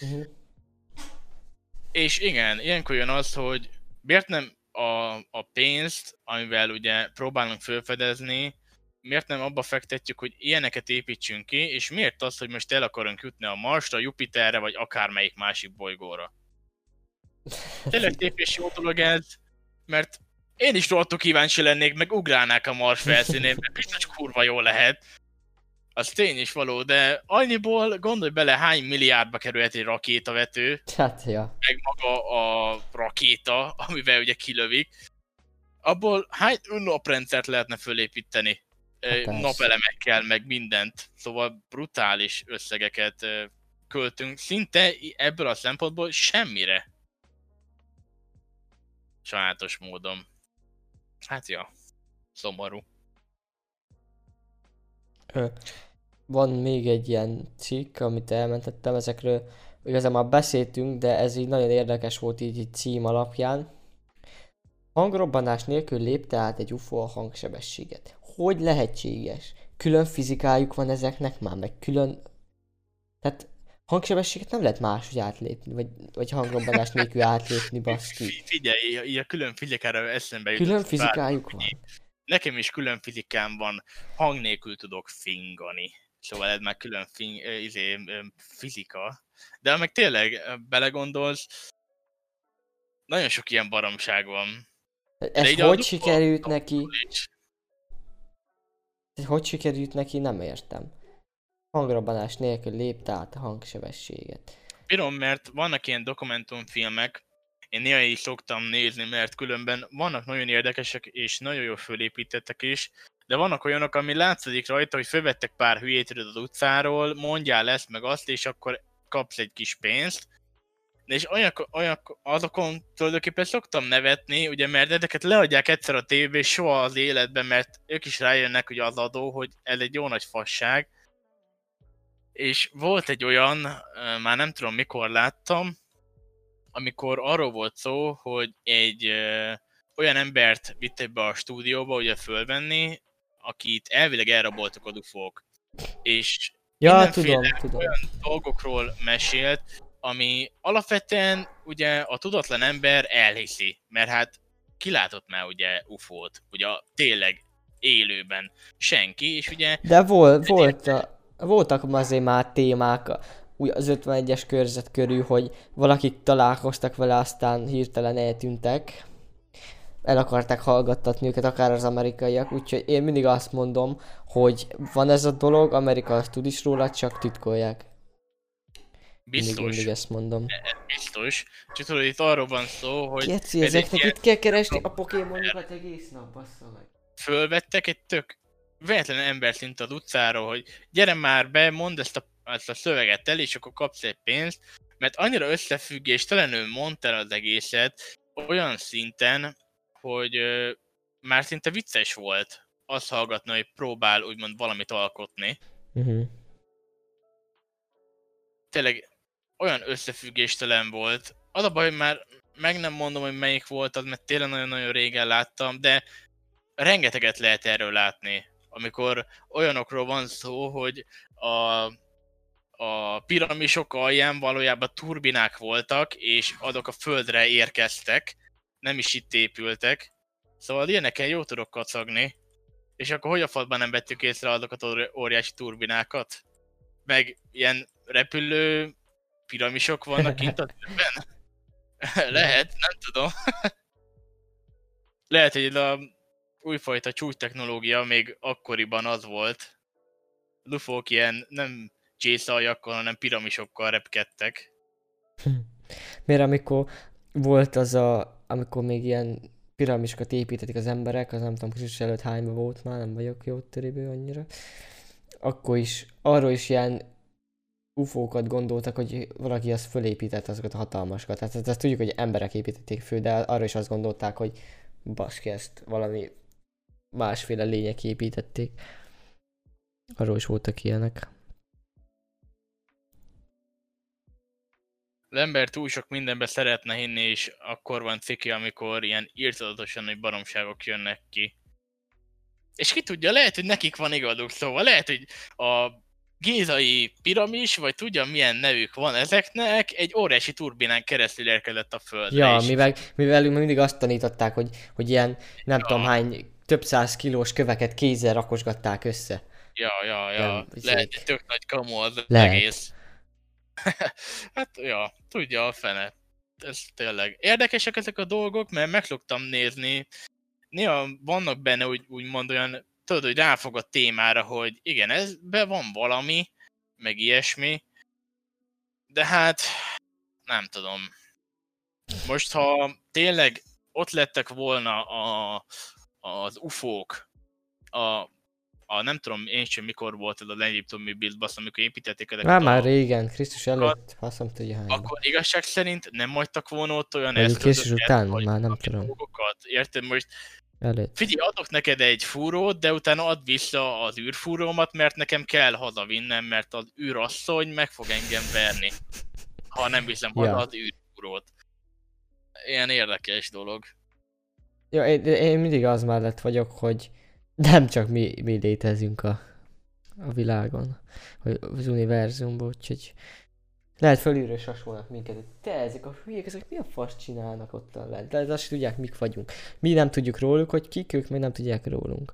És igen, ilyenkor jön az, hogy miért nem a pénzt, amivel ugye próbálunk felfedezni, miért nem abba fektetjük, hogy ilyeneket építsünk ki, és miért az, hogy most el akarunk jutni a Marsra, Jupiterre, vagy akármelyik másik bolygóra. Tényleg szép és jó dolog ez, mert én is rohadtul kíváncsi lennék, meg ugrálnák a Mars felszínén, mert biztos kurva jó lehet. Az tény is való, de annyiból gondolj bele, hány milliárdba kerülhet egy rakétavető, Hát, ja. meg maga a rakéta, amivel ugye kilövik. Abból hány naprendszert lehetne fölépíteni? Napelemekkel, meg mindent. Szóval brutális összegeket költünk, szinte ebből a szempontból semmire. Sajátos módon. Hát ja, szomorú. Van még egy ilyen cikk, amit elmentettem ezekről. Igazából már beszéltünk, de ez így nagyon érdekes volt így cím alapján. Hangrobbanás nélkül lépte át egy UFO a hangsebességet. Hogy lehetséges? Külön fizikájuk van ezeknek már, meg külön... Tehát hangsebességet nem lehet máshogy átlépni, vagy hangrobbanás nélkül átlépni, baszki. Figyelj, így a külön fizikára eszembe jutott. Külön fizikájuk van. Nekem is külön fizikám van, hang nélkül tudok fingani. Szóval ez már külön fizika. De meg tényleg belegondolsz, nagyon sok ilyen baromság van. Ez hogy sikerült neki? Hogy sikerült neki, nem értem. Hangrobbanás nélkül lépte át a hangsebességet. Bírom, mert vannak ilyen dokumentumfilmek, én néha is szoktam nézni, mert különben vannak nagyon érdekesek és nagyon jól fölépítettek is, de vannak olyanok, ami látszik rajta, hogy fölvettek pár hülyét az utcáról, mondjál ezt meg azt, és akkor kapsz egy kis pénzt. És olyan azokon tulajdonképpen szoktam nevetni, ugye, mert ezeket leadják egyszer a tévébe, és soha az életben, mert ők is rájönnek, ugye az adó, hogy ez egy jó nagy fasság. És volt egy olyan, már nem tudom mikor láttam, amikor arról volt szó, hogy egy olyan embert vittek be a stúdióba, ugye fölvenni, akit elvileg elraboltak a dufók. És Ja, mindenféle tudom. olyan dolgokról mesélt, ami alapvetően ugye a tudatlan ember elhiszi, mert hát ki látott már ugye UFO-t, ugye tényleg élőben senki, és ugye De voltak azért már témák úgy az 51-es körzet körül, hogy valakik találkoztak vele, aztán hirtelen eltűntek. El akarták hallgattatni őket, akár az amerikaiak, úgyhogy én mindig azt mondom, hogy van ez a dolog, Amerika azt tud is róla, csak titkolják. Mindig ezt mondom. biztos, csak tudod, itt arról van szó, hogy Keci, ezeknek itt kell keresni a Pokémonokat egész nap, bassza meg. fölvettek egy tök véletlen ember szint az utcáról, hogy gyere már be, mondd ezt a szöveget el, és akkor kapsz egy pénzt, mert annyira összefüggéstelenül mondta el az egészet, olyan szinten, hogy már szinte vicces volt azt hallgatni, hogy próbál úgymond valamit alkotni. Tényleg olyan összefüggéstelen volt. Az a baj, hogy már meg nem mondom, hogy melyik volt az, mert tényleg nagyon-nagyon régen láttam, de rengeteget lehet erről látni, amikor olyanokról van szó, hogy a piramisok alján valójában turbinák voltak, és azok a földre érkeztek, nem is itt épültek. Szóval ilyenekkel jó tudok kacagni. És akkor hogy a fadban nem vettük észre azokat óriási turbinákat? Meg ilyen repülő piramisok vannak kint a térben? Lehet, nem tudom. Lehet, hogy a újfajta csúcs-technológia még akkoriban az volt. Lufók ilyen nem csészaljakkal, hanem piramisokkal repkedtek. Miért amikor volt amikor még ilyen piramisokat építették az emberek, az nem tudom, Krisztus előtt hányba volt már, nem vagyok jó töréből annyira. Akkor is, arról is ilyen ufókat gondoltak, hogy valaki azt fölépített azokat a hatalmasokat. Tehát ezt tudjuk, hogy emberek építették föl, de arról is azt gondolták, hogy baszki, ezt valami másféle lények építették. Arról is voltak ilyenek. Az ember túl sok mindenbe szeretne hinni, és akkor van ciki, amikor ilyen írtadatosan nagy baromságok jönnek ki. És ki tudja, lehet, hogy nekik van igazuk, szóval lehet, hogy a gízai piramis, vagy tudja milyen nevük van ezeknek, egy óriási turbinán keresztül érkezett a földre. Ja, mivel mindig azt tanították, hogy ilyen nem tudom hány több száz kilós köveket kézzel rakosgatták össze. Ja. Nem, Lehet, hogy tök nagy kamu az lehet. egész. Hát, ja, tudja a fene. Ez tényleg. Érdekesek ezek a dolgok, mert meg szoktam nézni. Néha vannak benne úgymond olyan, tudod, hogy ráfog a témára, hogy igen, ezben van valami, meg ilyesmi. De hát, nem tudom. Most, ha tényleg ott lettek volna az UFO-k, nem tudom én sem mikor volt ez az egyiptomi Bilbasz, amikor építették ezeket Már régen, Krisztus előtt, faszom tudja hányba. Akkor igazság szerint nem hagytak volna ott olyan Krisztus után, már nem tudom. Dolgokat. Érted? Most előtt. Figyelj, adok neked egy fúrót, de utána add vissza az űrfúrómat, mert nekem kell hazavinnem, mert az űrasszony meg fog engem verni, ha nem viszem haza az űrfúrót. Ilyen érdekes dolog. Ja, én mindig az mellett vagyok, hogy nem csak mi létezünk a világon, az univerzumban, úgyhogy lehet fölülről sasolnak minket, hogy te, ezek a hülyék, ezek mi a fasz csinálnak ott lent? De azt tudják, mik vagyunk. Mi nem tudjuk róluk, hogy kik, ők meg nem tudják rólunk.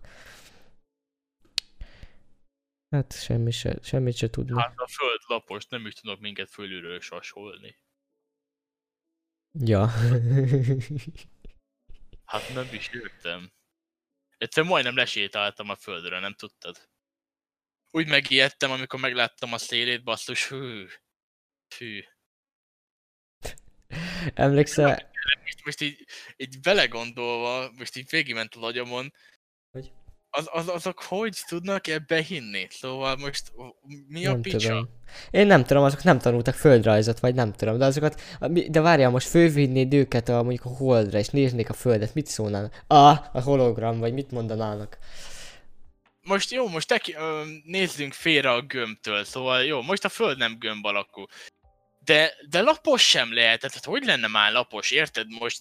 Hát semmit se tudnak. Hát a föld lapos, nem is tudnak minket fölülről sasolni. Ja. Hát nem is értem. Egyszer majdnem lesétáltam a földre, nem tudtad? Úgy megijedtem, amikor megláttam a szélét, basszus, hű. Emlékszel, most így belegondolva, most így végigment a agyamon, Hogy? azok hogy tudnak ebbe hinni? Szóval most mi a Nem picsa? tudom. Én nem tudom, azok nem tanultak földrajzot, vagy nem tudom, de azokat, de várjál, most fölvinnéd őket mondjuk a Holdra, és néznék a Földet, mit szólnának? A hologram, vagy mit mondanának? Most jó, most nézzünk félre a gömbtől, szóval jó, most a Föld nem gömb alakú. De lapos sem lehet, tehát hogy lenne már lapos, érted? Most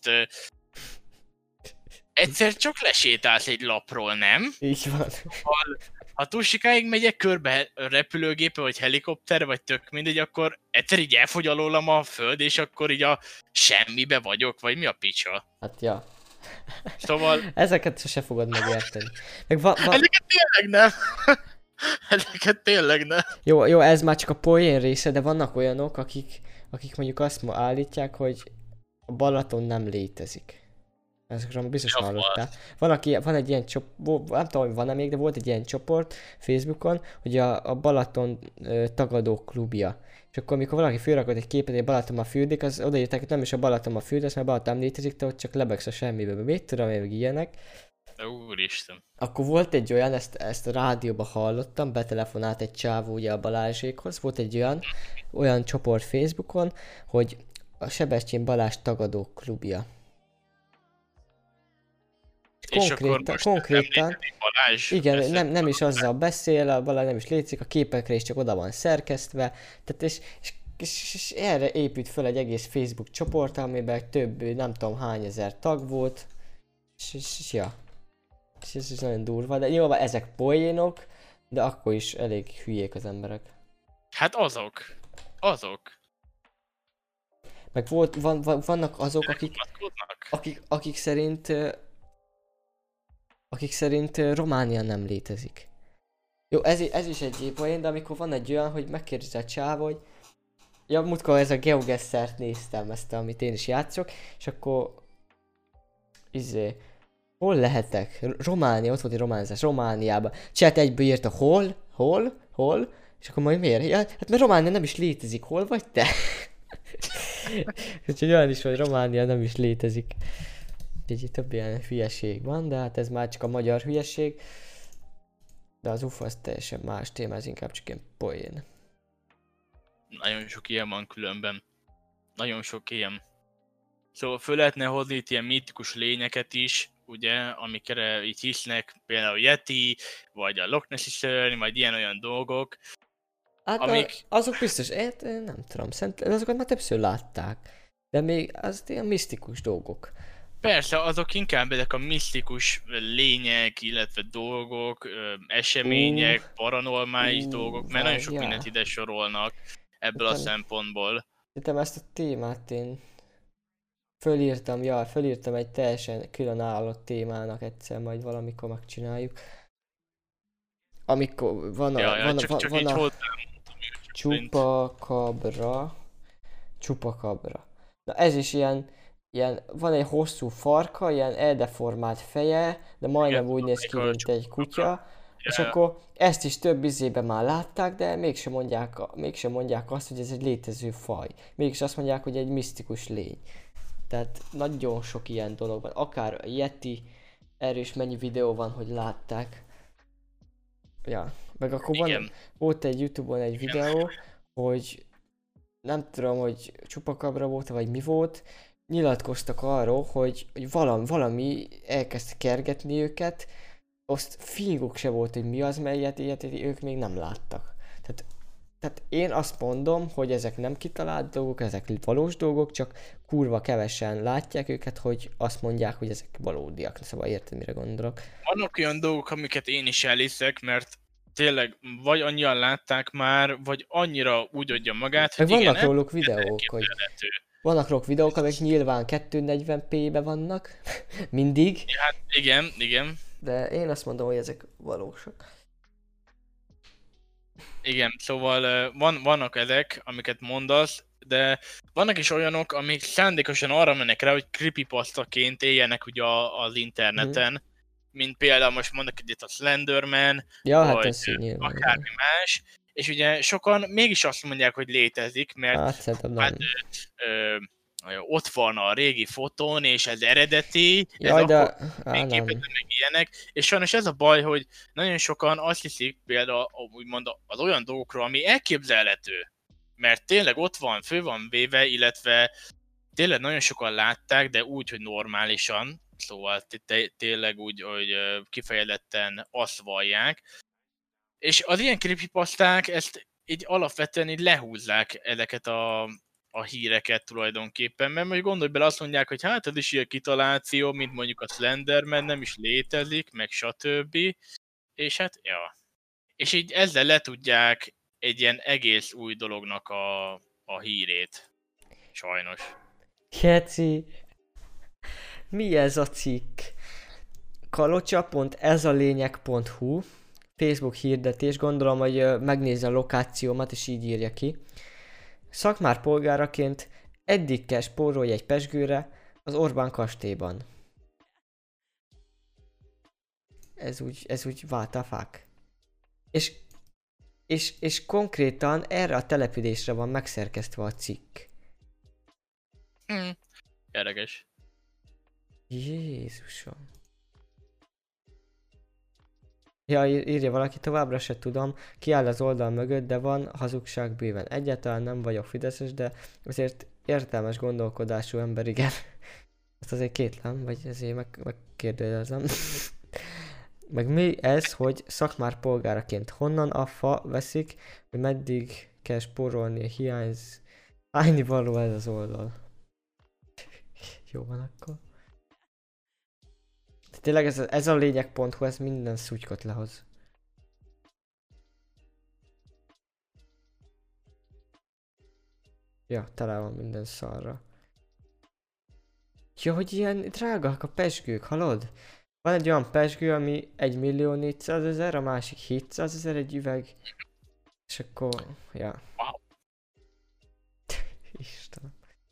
egyszer csak lesétálsz egy lapról, nem? Így van. Ha túl sokáig megyek körbe repülőgépe, vagy helikopter, vagy tök mindegy, akkor egyszer így elfogy alólam a Föld, és akkor így a semmibe vagyok, vagy mi a picsa? Hát ja. Szóval... Ezeket sose fogod megérteni. Meg Ezeket tényleg nem. Ezeket tényleg nem. Jó, ez már csak a poén része, de vannak olyanok, akik mondjuk azt állítják, hogy a Balaton nem létezik. Ezekről biztos hallottál. Van egy ilyen csoport, nem tudom, hogy van-e még, de volt egy ilyen csoport Facebookon, hogy a Balaton tagadó klubja. És akkor, amikor valaki fölrakott egy képet, egy Balaton fürdik, az odaírták, hogy nem is a Balaton fürd, az mert Balaton nem létezik, te ott csak lebegsz a semmibe. Mit tudom én, meg ilyenek. Úristen. Akkor volt egy olyan, ezt a rádióban hallottam, betelefonált egy csávó ugye a Balázsékhoz, volt egy olyan csoport Facebookon, hogy a Sebestyén Balázs tagadó klubja. Konkrétan Balázs, igen, nem is azzal beszél, a Balázs nem is létszik, a képekre is csak oda van szerkesztve, tehát és erre épült fel egy egész Facebook csoport, amiben több, nem tudom hány ezer tag volt, és ja. És ez is nagyon durva, de nyilván ezek poénok, de akkor is elég hülyék az emberek. Hát azok. Meg vannak azok, akik szerint Románia nem létezik. Jó, ez is egy poén, de amikor van egy olyan, hogy megkérdezi a csávó, hogy ja, múltkor ez a GeoGuessr-t néztem, ezt, amit én is játszok, és akkor hol lehetek? Románia, ott volt egy románzás, Romániában. Chat egyből írta, hol? És akkor majd miért? Ja, hát mert Románia nem is létezik, hol vagy te? Úgyhogy olyan is, hogy Románia nem is létezik. Úgyhogy több ilyen hülyeség van, de hát ez már csak a magyar hülyeség. De az UFO az teljesen más téma, ez inkább csak ilyen poén. Nagyon sok ilyen van különben. Nagyon sok ilyen. Szóval föl lehetne hozni itt ilyen mítikus lényeket is, ugye, amikre így hisznek, például Yeti, vagy a Loch Nessi szörny, vagy ilyen-olyan dolgok. Hát azok biztos, nem tudom, azokat már többször látták. De még az ilyen misztikus dolgok. Persze, azok inkább ezek a misztikus lények, illetve dolgok, események, paranormális dolgok, mert nagyon sok mindent ide sorolnak ebből a szempontból. Szerintem ezt a témát én fölírtam egy teljesen különálló témának egyszer, majd valamikor megcsináljuk. Amikor van a Csupakabra. Na ez is ilyen, van egy hosszú farka, ilyen eldeformált feje, de majdnem úgy néz ki, mint egy kutya. És akkor ezt is több izében már látták, de mégsem mondják azt, hogy ez egy létező faj. Mégis azt mondják, hogy egy misztikus lény. Tehát nagyon sok ilyen dolog van. Akár a Yeti, erről is mennyi videó van, hogy látták. Ja, meg akkor volt egy YouTube-on egy videó, hogy nem tudom, hogy Csupakabra volt, vagy mi volt, nyilatkoztak arról, hogy valami elkezdte kergetni őket, azt finguk se volt, hogy mi az, melyet ilyet ők még nem láttak. Tehát én azt mondom, hogy ezek nem kitalált dolgok, ezek valós dolgok, csak kurva kevesen látják őket, hogy azt mondják, hogy ezek valódiak. Szóval érted, mire gondolok. Vannak olyan dolgok, amiket én is elhiszek, mert tényleg vagy annyian látták már, vagy annyira úgy adja magát, hogy vannak róluk videók, hogy vannak róluk videók, amik nyilván 240p-be vannak, mindig. Hát igen. De én azt mondom, hogy ezek valósak. Igen, szóval vannak ezek, amiket mondasz, de vannak is olyanok, amik szándékosan arra mennek rá, hogy creepypastaként éljenek ugye az interneten, mint például most mondok itt a Slenderman, vagy akármi más, és ugye sokan mégis azt mondják, hogy létezik, mert ott van a régi fotón, és ez eredeti, ez Jaj, de... akkor Á, nem. fényképezve meg ilyenek, és sajnos ez a baj, hogy nagyon sokan azt hiszik például úgymond az olyan dolgokról, ami elképzelhető, mert tényleg ott van, fő van véve, illetve tényleg nagyon sokan látták, de úgy, hogy normálisan, szóval tényleg úgy, hogy kifejezetten azt vallják, és az ilyen creepypasták ezt így alapvetően így lehúzzák ezeket a híreket tulajdonképpen, mert most gondolj bele, azt mondják, hogy hát ez is ilyen kitaláció, mint mondjuk a Slenderman nem is létezik, meg stb. És hát, ja. És így ezzel le tudják egy ilyen egész új dolognak a hírét. Sajnos. Keci. Mi ez a cikk? kalocsa.ezalényeg.hu Facebook hirdetés, gondolom, hogy megnézze a lokációmat, és így írja ki. Szakmár polgáraként eddig kell spórolj egy pezsgőre az Orbán kastélyban. Ez úgy what the fuck. És konkrétan erre a településre van megszerkesztve a cikk. Érdekes. Jézusom. Ja, írja valaki, továbbra se tudom, ki áll az oldal mögött, de van hazugság bőven. Egyáltalán nem vagyok fideszes, de azért értelmes gondolkodású ember, igen. Ezt azért kétlem, vagy ezért megkérdezem. Meg mi ez, hogy szakmár polgáraként honnan a fa veszik, hogy meddig kell spórolni, hiányni való ez az oldal. Jó van akkor. Tényleg ez a lényeg.hu, ez minden szutykot lehoz. Ja, tele van minden szarra. Ja, hogy ilyen drágák a pezsgők, hallod? Van egy olyan pezsgő, ami 1.400.000, a másik 700.000 egy üveg. És akkor, ja. Wow. Istenem.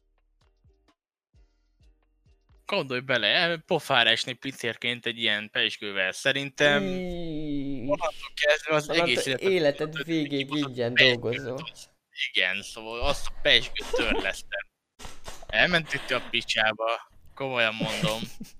Gondolj bele, pofára esni pincérként egy ilyen pezsgővel. Szerintem onnantól kezdve az egész életed végéig ingyen dolgozol. Igen, szóval azt a pezsgőt törlesztem. Elment itt a picsába, komolyan mondom.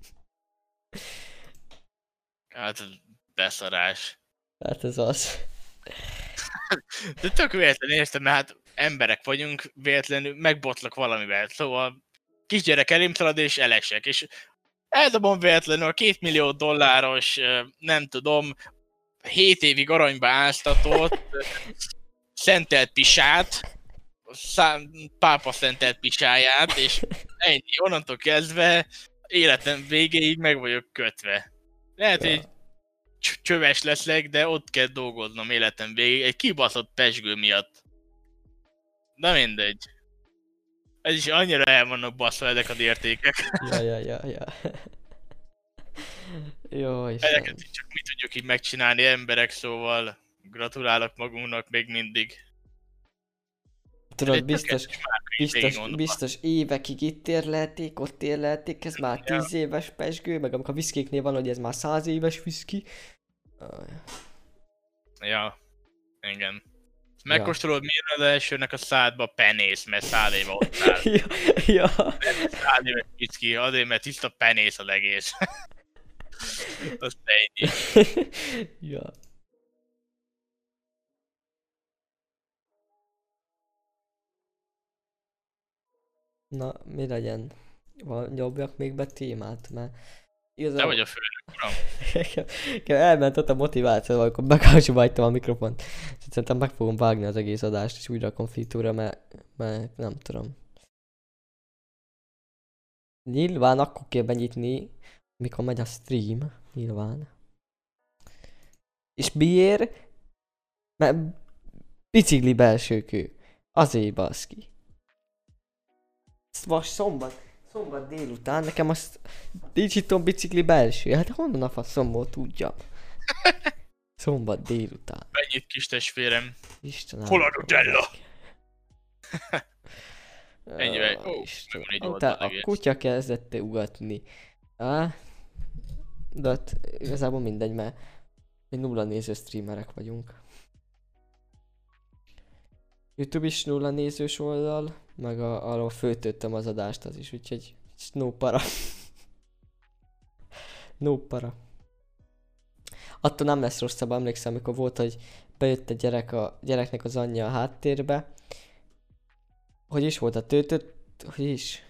Hát beszarás. Hát ez az. De tök véletlenül értem, mert hát emberek vagyunk, véletlenül megbotlak valamivel. Szóval kisgyerek elém szalad és elesek, és eldobom véletlenül a $2 millió, nem tudom, 7 évig aranyba áztatott, szentelt pisát, pápa szentelt pisáját, és ennyi, onnantól kezdve életem végéig meg vagyok kötve. Lehet, hogy csöves leszek, de ott kell dolgoznom életem végéig, egy kibaszott pezsgő miatt. De mindegy. Ez is annyira el vannak baszva ezek az értékek. Ja. Jó, Ezeket is csak mi tudjuk így megcsinálni emberek, szóval gratulálok magunknak még mindig. Tudod, biztos évekig itt érlelték, ott érlelték, ez már 10 éves pezsgő, meg amikor a viszkéknél van, hogy ez már 100 éves viszki. Ja, igen. Megkóstolod, milyen az elsőnek a szádba penész, mert 100 éve ott áll. Ja. 100 éves viszki, azért, mert tiszta penész az egész. Azt ennyi. Ja. Na, mi legyen? Nyomjak még be témát, mert... Igazából... Te vagy a főnök, uram. Elment ott a motiváció, amikor bekapcsoltam a mikrofont. Szerintem meg fogom vágni az egész adást, és újra a feature-ra, mert nem tudom. Nyilván akkor kell benyitni, mikor megy a stream. Nyilván. És miért? Mert bicikli belsőkő. Azért baszki. Most szombat délután nekem azt digiton bicikli belső. Hát honnan a faszomból tudjam? Szombat délután. Mennyit kis testvérem. Istenem. Hol a Nutella? Ennyivel. A kutya kezdett ugatni. De hát igazából mindegy, mert mi 0 néző streamerek vagyunk. YouTube is 0 nézős oldal. Meg alól főtöttem az adást az is, úgyhogy no para. No para. Attól nem lesz rosszabb, emlékszem, amikor volt, hogy bejött a gyereknek az anyja a háttérbe. Hogy is volt a töltött? Hogy is?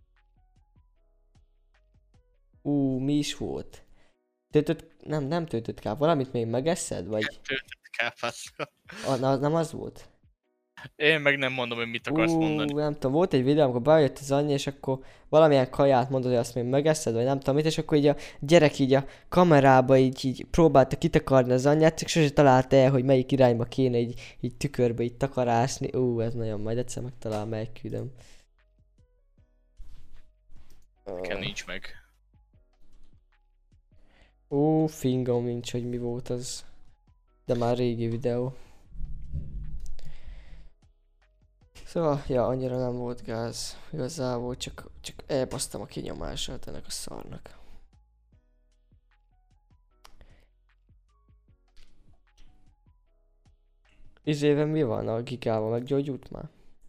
Mi is volt? Nem töltött káv, valamit még megeszed, vagy? Töltött kápászka. Nem az volt? Én meg nem mondom, hogy mit akarsz mondani. Nem tudom, volt egy videó, amikor bejött az anyja, és akkor valamilyen kaját mondod, hogy azt még megeszed, vagy nem tudom mit, és akkor így a gyerek így a kamerába így próbálta kitakarni az anyját, csak sose találta el, hogy melyik irányba kéne így tükörbe így takarásni. Ez nagyon, majd egyszer megtalálom, megküldöm. Nekem nincs meg. Fingom nincs, hogy mi volt az. De már régi videó. Szóval, ja, annyira nem volt gáz. Igazából csak elbasztam a kinyomását ennek a szarnak. Izéven mi van a gigával? Meggyógyult már?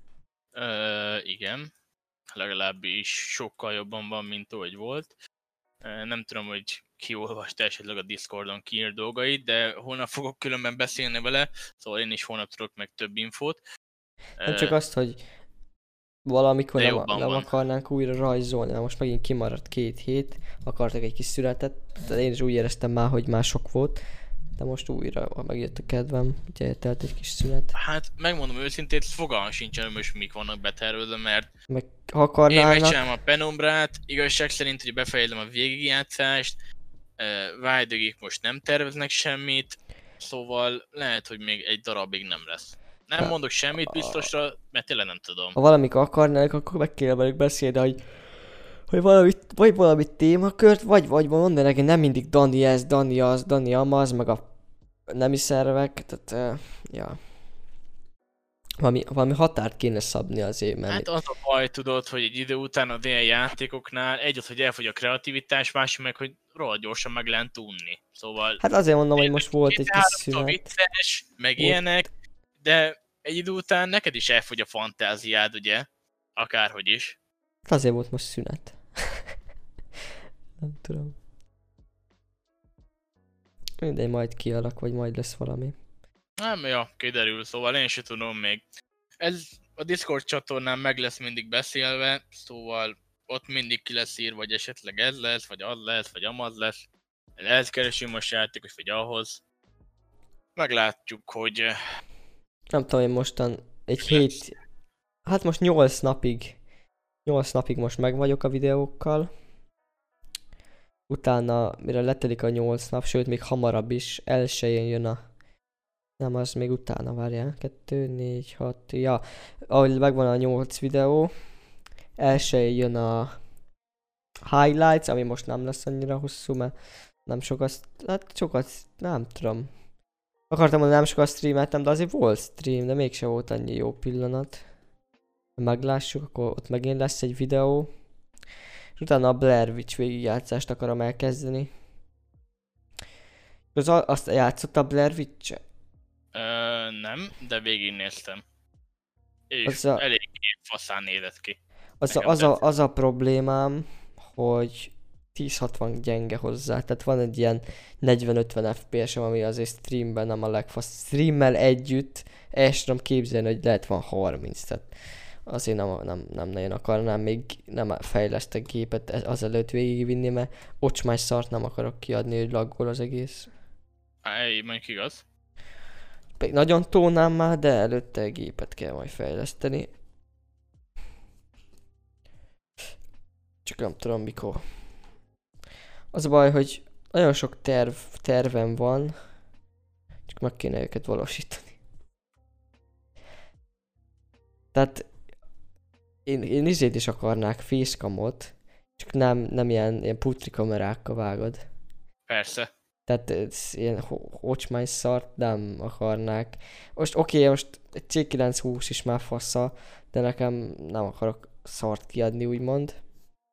Igen. Legalábbis sokkal jobban van, mint ahogy volt. Nem tudom, hogy kiolvasta esetleg a Discordon kiírt dolgait, de holnap fogok különben beszélni vele, szóval én is holnap tudok meg több infót. Nem csak azt, hogy valamikor nem van. akarnánk újra rajzolni, mert most megint kimaradt 2 hét, akartak egy kis szünetet, de én is úgy éreztem már, hogy már sok volt, de most újra megjött a kedvem, ugye telt egy kis szünet. Hát megmondom őszintén, fogalmam sincsen, hogy most mik vannak betervezve, mert Meg ha akarnának... én megcsinálom a Penumbrát, igazság szerint, hogy befejezem a végigjátszást, Vájdögik most nem terveznek semmit, szóval lehet, hogy még egy darabig nem lesz. Nem mondok semmit biztosra, mert tényleg nem tudom. Ha valamikor akarnák, akkor meg kéne velük beszélni, hogy valami témakört, vagy mondanak, hogy nem mindig Dani ez, Dani az, Dani amaz, meg a nemi szervek, tehát, ja. Valami határt kéne szabni azért, mert... Hát az a baj, tudod, hogy egy idő után a DL játékoknál hogy elfogy a kreativitás, másik meg, hogy rohadt gyorsan meg lehet unni. Szóval... Hát azért mondom, hogy most volt egy kis szünet. Vicces, meg ilyenek, de egy idő után neked is elfogy a fantáziád, ugye? Akárhogy is. Hát azért volt most szünet. Nem tudom. Mindegy, majd kialak, vagy majd lesz valami. Nem, ja, kiderül, szóval én sem tudom még. Ez a Discord csatornán meg lesz mindig beszélve, szóval ott mindig ki lesz írva, vagy esetleg ez lesz, vagy az lesz, vagy amaz lesz. Ehhez keresünk most játékos, vagy ahhoz. Meglátjuk, hogy... Nem tudom, én mostan egy hét... Hát most 8 napig. 8 napig most meg vagyok a videókkal. Utána, mire letelik a 8 nap, sőt még hamarabb is, elsőjén jön a... Nem, az még utána, várjál. 2, 4, 6, ja. Ahogy megvan a 8 videó, elsőjén jön a highlights, ami most nem lesz annyira hosszú, mert nem sokat, nem tudom. Akartam mondani, nem sokat streameltem, de azért volt stream, de mégse volt annyi jó pillanat. Meglássuk, akkor ott megint lesz egy videó. És utána a Blair Witch végigjátszást akarom elkezdeni. Azt játszott a Blair Witch-e? Nem, de végignéztem. És Az elég faszán nézett ki. Az a problémám, hogy 1060 gyenge hozzá, tehát van egy ilyen 40-50 FPS-em, ami azért streamben nem a legfasz. Streammel együtt el sem tudom képzelni, hogy lehet van 30, tehát azért nem nagyon akarnám még nem fejlesztek gépet azelőtt végigvinni, mert ocsmás szart nem akarok kiadni, hogy laggol az egész. Mondjuk igaz. Pedig nagyon tónám már, de előtte a gépet kell majd fejleszteni. Csak nem tudom mikor. Az a baj, hogy nagyon sok tervem van, csak meg kéne őket valósítani. Tehát én izét is akarnák, facecamot, csak nem ilyen putri kamerákkal vágod. Persze. Tehát ilyen ocsmány szart nem akarnák. Most oké, most egy C920 is már fasza, de nekem nem akarok szart kiadni, úgymond.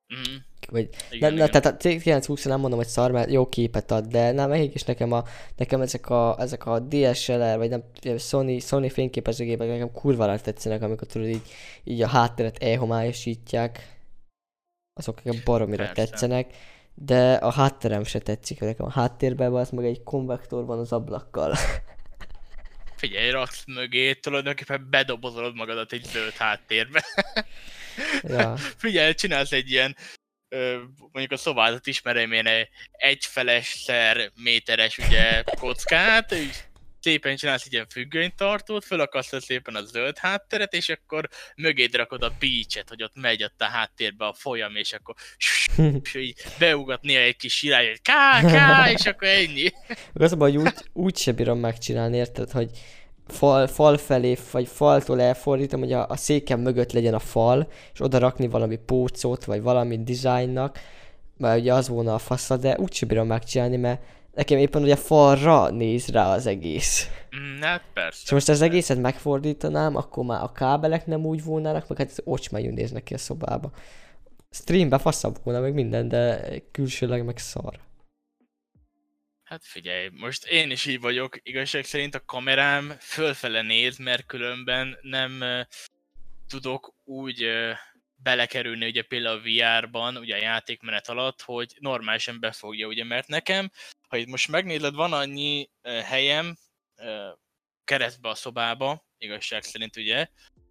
Mhm. Vagy, Igen, nem, igen. tehát a C920 nem mondom, hogy szar, mert jó képet ad, de nem, mégis nekem ezek a DSLR, vagy nem, Sony fényképezőgépek nekem kurvára tetszenek, amikor tudod így a hátteret elhomályosítják, azok nekem baromira Persze. tetszenek, de a hátterem se tetszik, nekem a háttérben az meg egy konvektor van az ablakkal. Figyelj, raksz mögé, tulajdonképpen bedobozolod magadat egy zöld háttérbe. Ja, Figyelj, csinálsz egy ilyen, mondjuk a szobázat ismerem én egyfelesszer méteres ugye kockát, és szépen csinálsz egy ilyen függönytartót, fölakasztod szépen a zöld hátteret, és akkor mögéd rakod a beachet, hogy ott megy ott a háttérbe a folyam, és akkor és így beugatni egy kis irány, hogy ká, és akkor ennyi. igazából úgy se bírom megcsinálni, érted, hogy fal felé, vagy faltól elfordítom, hogy a székem mögött legyen a fal, és oda rakni valami pócot, vagy valami dizájnnak, mert ugye az volna a fasza, de úgy sem bírom megcsinálni, mert nekem éppen ugye falra néz rá az egész. Hát És persze. most az egészet megfordítanám, akkor már a kábelek nem úgy volnának, meg hát az ocsmájul néznek ki a szobába. Streambe faszabb volna meg minden, de külsőleg meg szar. Hát figyelj, most én is így vagyok, igazság szerint a kamerám fölfele néz, mert különben nem tudok úgy belekerülni ugye például a VR-ban, ugye a játékmenet alatt, hogy normálisan befogja, ugye, mert nekem, ha itt most megnézed, van annyi helyem keresztbe a szobába, igazság szerint ugye,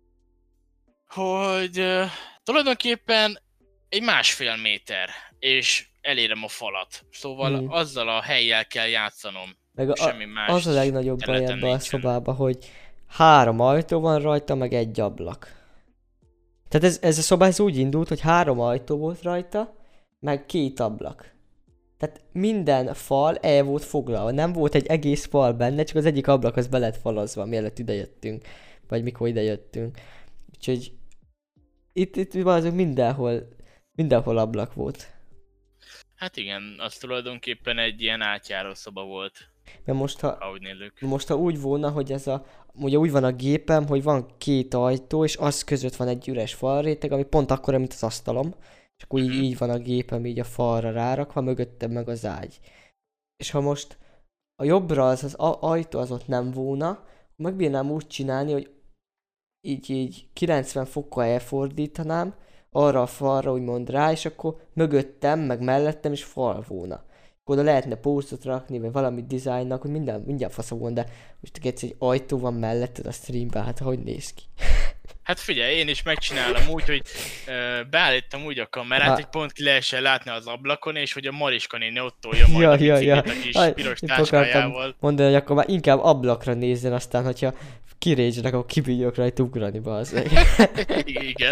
hogy tulajdonképpen egy 1,5 méter, és elérem a falat. Szóval Hmm. azzal a helyjel kell játszanom. Meg Semmi más az a legnagyobb baj területen ebben a nincsen. szobában, hogy 3 ajtó van rajta, meg egy ablak. Tehát ez a szoba ez úgy indult, hogy 3 ajtó volt rajta, meg 2 ablak. Tehát minden fal el volt foglalva, nem volt egy egész fal benne, csak az egyik ablak az be lett falazva, mielőtt idejöttünk. Vagy mikor idejöttünk. Úgyhogy itt valószínűleg mindenhol ablak volt. Hát igen, az tulajdonképpen egy ilyen átjáró szoba volt, Mert ahogy nézzük. most ha úgy volna, hogy ugye úgy van a gépem, hogy van 2 ajtó, és az között van egy üres falréteg, ami pont akkora, mint az asztalom. És akkor így van a gépem így a falra rárakva, mögöttem meg az ágy. És ha most a jobbra az ajtó az ott nem volna, megbírnám úgy csinálni, hogy így 90 fokkal elfordítanám, arra a falra úgymond rá, és akkor mögöttem, meg mellettem is fal volna. Akkor oda lehetne póstot rakni, vagy valami dizájnnak, hogy mindjárt faszom volna, de most egyszer egy ajtó van melletted a streamben, hát hogy néz ki? Hát figyelj, én is megcsinálom úgy, hogy beállítom úgy a kamerát, hogy pont ki lehessen látni az ablakon, és hogy a Mariska néni ott tolja majd a biciklit a kis piros Itt akartam táskájával. mondani, hogy akkor már inkább ablakra nézzen, aztán, hogyha kirégynek, akkor kibígyok rajta ugrani, bazzeg. Igen.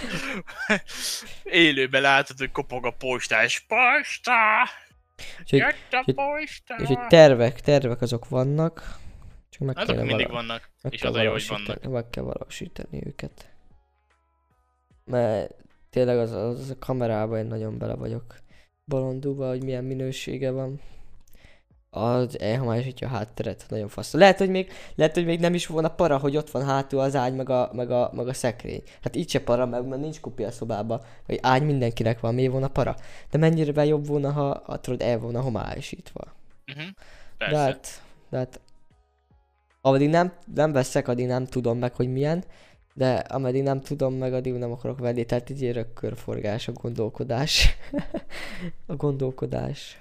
Élőben látod, hogy kopog a postás. Posta! Jött a posta! És hogy tervek azok vannak, csak meg Azok kéne mindig vannak, és az a jó, hogy vannak. meg kell valósítani őket. Mert tényleg az a kamerában én nagyon bele vagyok bolondulva, hogy milyen minősége van. Az elhomályosítja a hátteret, nagyon fasz. Lehet, hogy még nem is volna para, hogy ott van hátul az ágy, meg a szekrény. Hát így se para, mert nincs kupi a szobába, hogy ágy mindenkinek van, miért volna para. De mennyire jobb volna, ha tudod, el volna homályosítva. Persze. De hát ameddig nem veszek, addig nem tudom meg, hogy milyen, de ameddig nem tudom meg, addig nem akarok venni, tehát így örök körforgás a gondolkodás. A gondolkodás.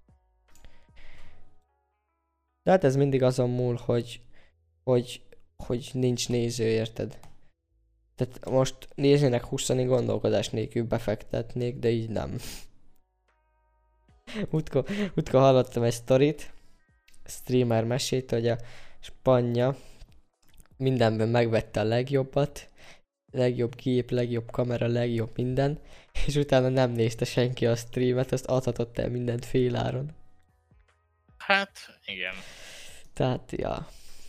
De hát ez mindig azon múl, hogy nincs néző, érted? Tehát most néznének 20 gondolkodás nélkül befektetnék, de így nem. Utkor hallottam egy sztorit, streamer mesélte, hogy a spanya mindenben megvette a legjobbat, legjobb gép, legjobb kamera, legjobb minden, és utána nem nézte senki a streamet, azt adhatott el mindent féláron. Hát, igen. Tehát, ja.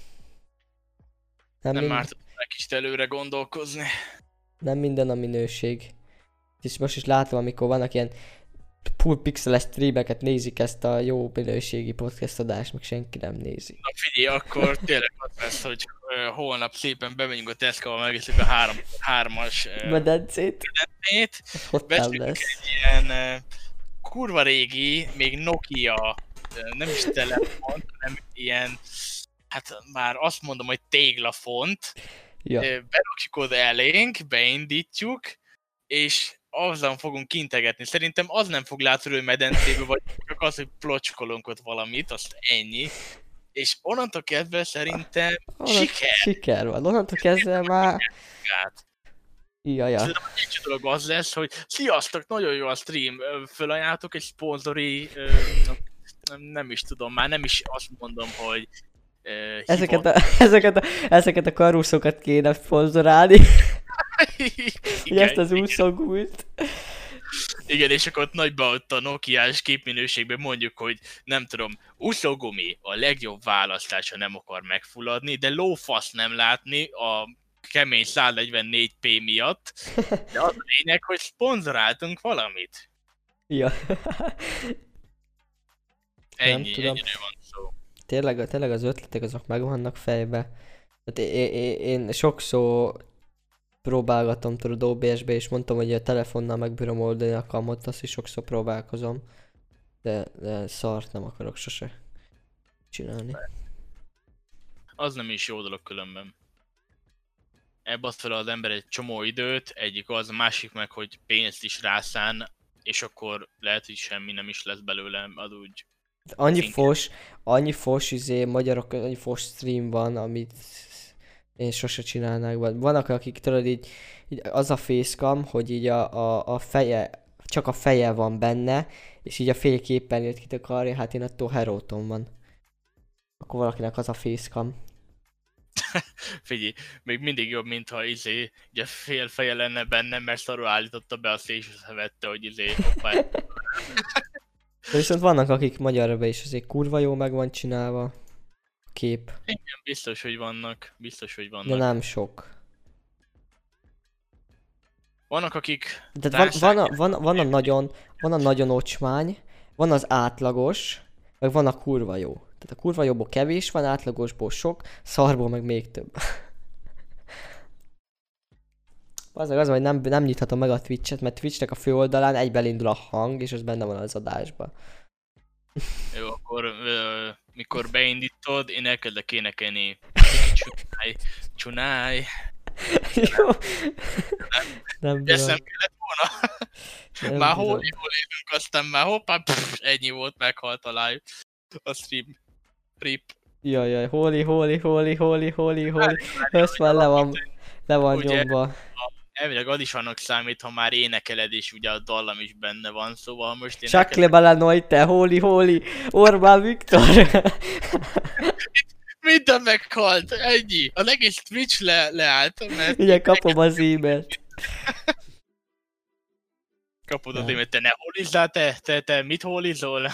Nem már tudok egy kicsit előre gondolkozni. Nem minden a minőség. És most is látom, amikor vannak ilyen full pixeles streameket nézik ezt a jó minőségi podcast adást, meg senki nem nézi. Na figyelj, akkor tényleg az lesz, hogy holnap szépen bemegyünk a Tesco-val, megiszük a 3-as Medencét? medencét, Ott nem veszünk lesz. egy ilyen kurva régi, még Nokia, nem is telefon, hanem ilyen, hát már azt mondom, hogy téglafont, Ja. berakjuk oda elénk, beindítjuk, és azzal fogunk kintegetni. Szerintem az nem fog látszódni medencébe, vagy csak az, hogy plocskolunk ott valamit, azt ennyi. És onnantól kezdve szerintem Siker van. Onnantól kezdve már... siker. Ja. Szerintem a egy dolog az lesz, hogy sziasztok, nagyon jó a stream, fölajánljátok egy szponzori, nem is tudom, már nem is azt mondom, hogy Ezeket a karuszokat kéne szponzorálni. igen, Ezt az úszogult. igen, és akkor ott nagyban ott a Nokia-s képminőségben mondjuk, hogy nem tudom, úszógumi a legjobb választás, ha nem akar megfulladni, de lófasz nem látni a kemény 144p miatt, de az a lényeg, hogy szponzoráltunk valamit. Ja. Ennyi, tudom. ennyire van szó. Tényleg az ötletek azok megvannak fejbe. Tehát én sokszor próbálgatom tudod OBS-be, és mondtam, hogy a telefonnal megbírom oldani a kamot, azt is sokszor próbálkozom. De szart nem akarok sose csinálni. Az nem is jó dolog különben. Ebbe fel az ember egy csomó időt, egyik az, a másik meg, hogy pénzt is rászán, és akkor lehet, hogy semmi nem is lesz belőle, az úgy... Annyi fos magyarok, annyi fos stream van, amit én sose csinálnák. Vannak akik tudod így az a facecam, hogy így a feje, csak a feje van benne, és így a félképernyőt kitakarja, hát én attól heróton van. Akkor valakinek az a facecam. Figyelj, még mindig jobb, mintha ugye fél feje lenne benne, mert szarul állította be azt és összevette, hogy hoppá. De viszont vannak akik magyarra is azért kurva jó meg van csinálva a kép. Igen, biztos, hogy vannak. De nem sok. Vannak akik... Tehát van a nagyon ocsmány, van az átlagos, meg van a kurva jó. Tehát a kurva jóból kevés van, átlagosból sok, szarból meg még több. Az, hogy nem nyithatom meg a Twitch-et, mert Twitch-nek a fő oldalán egyben indul a hang, és az benne van az adásban. Jó, akkor mikor beindítod, én elkezdek énekelni. Csunáj. Jó. Nem bírom. Eszem kellett volna. Már hol élünk, aztán már hoppá, ennyi volt, meghalt a live. A stream. Rip. Jaj, holi. Ezt már le van nyomva. Elvileg az is annak számít, ha már énekeled, és ugye a dallam is benne van, szóval most én... Csak lebalanoite, holi, Orbán Viktor. Minden meghalt, ennyi. Az egész Twitch leállt, mert... Ugye kapom az e-mailt. Kapod az e-mailt, te ne holizzál, te mit holizol?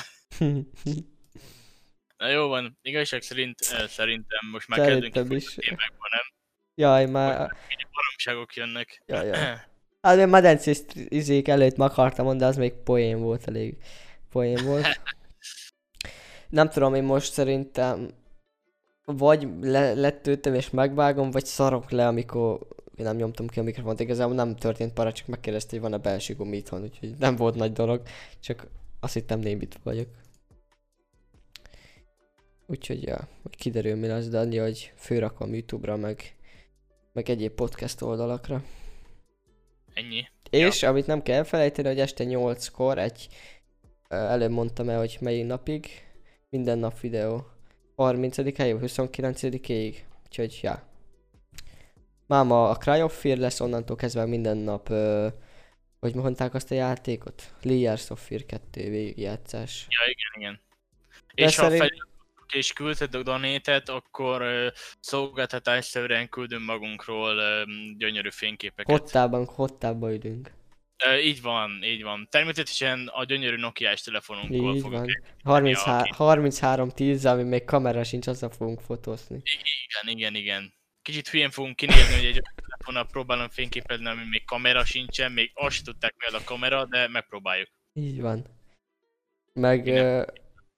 Na jó van, igazság szerint, szerintem most már kezdünk is. Években, nem? Jaj, már... Baromságok jönnek. Jaj. Hát én medencés izék előtt meg akartam mondani, az még poén volt, elég poén volt. Nem tudom, én most szerintem vagy letöltöm és megvágom, vagy szarok le, amikor nem nyomtam ki a mikrofont. Igazából nem történt para, csak megkérdezte, hogy van-e belső gumi itthon, úgyhogy nem volt nagy dolog, csak azt hittem némit vagyok. Úgyhogy ja, hogy kiderül mi lesz, de annyi, hogy főrakom YouTube-ra, meg egyéb podcast oldalakra. Ennyi. És amit nem kell felejteni, hogy este 8-kor előbb mondtam el, hogy melyik napig, minden nap videó. 30-áig, 29-ig, úgyhogy ja. Máma a Cry of Fear lesz, onnantól kezdve minden nap, hogy mondták azt a játékot? Liars of Fear 2 végigjátszás. Ja, igen. És ha és küldtetek donétet, akkor szolgáltatásszerűen küldünk magunkról gyönyörű fényképeket. Hottában ülünk. Így van. Természetesen a gyönyörű Nokia-s telefonunkról fogunk. 3310, ami még kamera sincs, azzal fogunk fotózni. Igen. Kicsit hülyén fogunk kinézni, hogy egy telefonnal próbálom fényképezni, ami még kamera sincsen, még azt tudták mi a kamera, de megpróbáljuk. Így van. Meg Igen.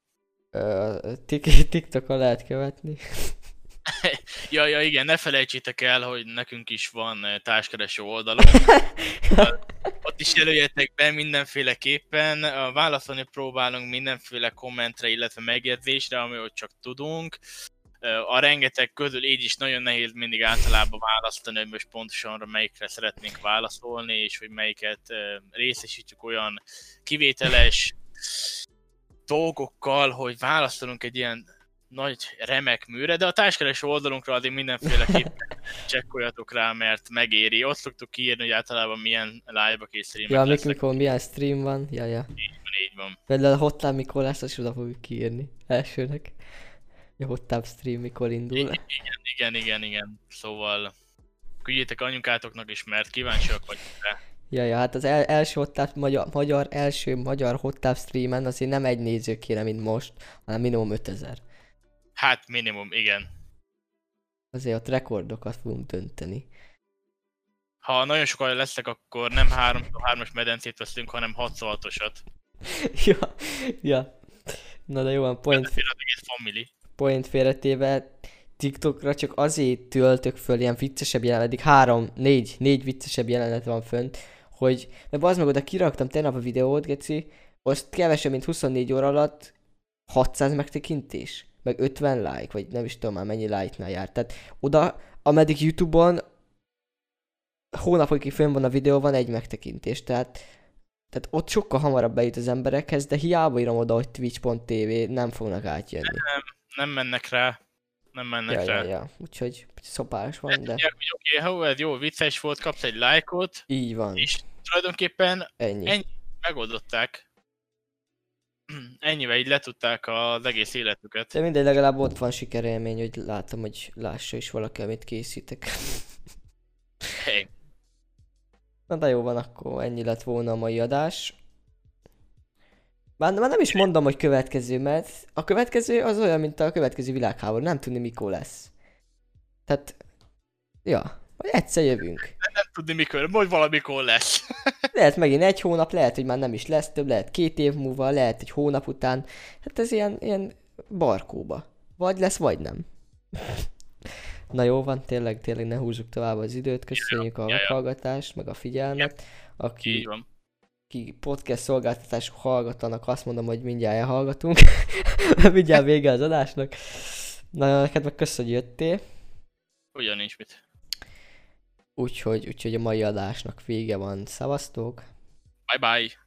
TikTokon lehet követni. Ja, igen, ne felejtsétek el, hogy nekünk is van társkereső oldalunk. Ott is jelöljetek be mindenféleképpen, válaszolni próbálunk mindenféle kommentre, illetve megjegyzésre, ami ott csak tudunk. A rengeteg közül így is nagyon nehéz mindig általában választani, hogy most pontosan melyikre szeretnénk válaszolni, és hogy melyiket részesítjük olyan kivételes dolgokkal, hogy válaszolunk egy ilyen nagy remek műre, de a társkereső oldalunkra addig mindenféleképpen csekkoljatok rá, mert megéri. Ott szoktuk kiírni, hogy általában milyen live-ak és streamek Ja, lesznek. mikor milyen stream van. Ja. Így van. Például a Hotline mikor lesz, azt oda fogjuk kiírni. Elsőnek. A Hotline stream mikor indul. Igen. Szóval küldjétek anyukátoknak is, mert kíváncsiak vagyunk rá. Ja, hát az első első magyar Hotline streamen azért nem egy néző kéne, mint most, hanem minimum 5000. Hát minimum, igen. Azért ott rekordokat fogunk dönteni. Ha nagyon sokan lesznek, akkor nem 3x3-as medencét veszünk, hanem 6x6-osat. ja. Na de jó van, Az egész family. point félretéve, TikTokra csak azért töltök föl ilyen viccesebb jelenet, eddig 4 viccesebb jelenet van fönt, hogy, mert bazd meg oda kiraktam tegnap a videót, geci, azt kevesebb, mint 24 óra alatt 600 megtekintés, meg 50 like, vagy nem is tudom már mennyi like-nál járt. Tehát oda, ameddig YouTube-on hónapokig fönn van a videó, van egy megtekintés, tehát ott sokkal hamarabb bejut az emberekhez, de hiába írom oda, hogy twitch.tv, nem fognak átjönni. Nem mennek rá. Ja. Úgyhogy szopás van, de... Oké, ez jó, vicces volt, kapsz egy lájkot. Így van. És tulajdonképpen Ennyi. Megoldották. Ennyivel így letudták az egész életüket. De mindegy, legalább ott van sikerélmény, hogy látom, hogy lássa is valaki, amit készítek. Hey. Na de jó van, akkor ennyi lett volna a mai adás. Már nem is mondom, hogy következő, mert a következő az olyan, mint a következő világháború, nem tudni mikor lesz. Tehát, ja, vagy egyszer jövünk. Nem tudni mikor, majd valamikor lesz. Lehet megint egy hónap, lehet, hogy már nem is lesz több, lehet 2 év múlva, lehet egy hónap után. Hát ez ilyen barkóba. Vagy lesz, vagy nem. Na jó van, tényleg ne húzzuk tovább az időt, köszönjük a meghallgatást, meg a figyelmet. Aki podcast szolgáltatások hallgatnak, azt mondom, hogy mindjárt elhallgatunk. Mindjárt vége az adásnak. Na, neked meg köszönjük, hogy jöttél. Ugyanincs mit. Úgyhogy a mai adásnak vége van. Szevasztok! Bye bye!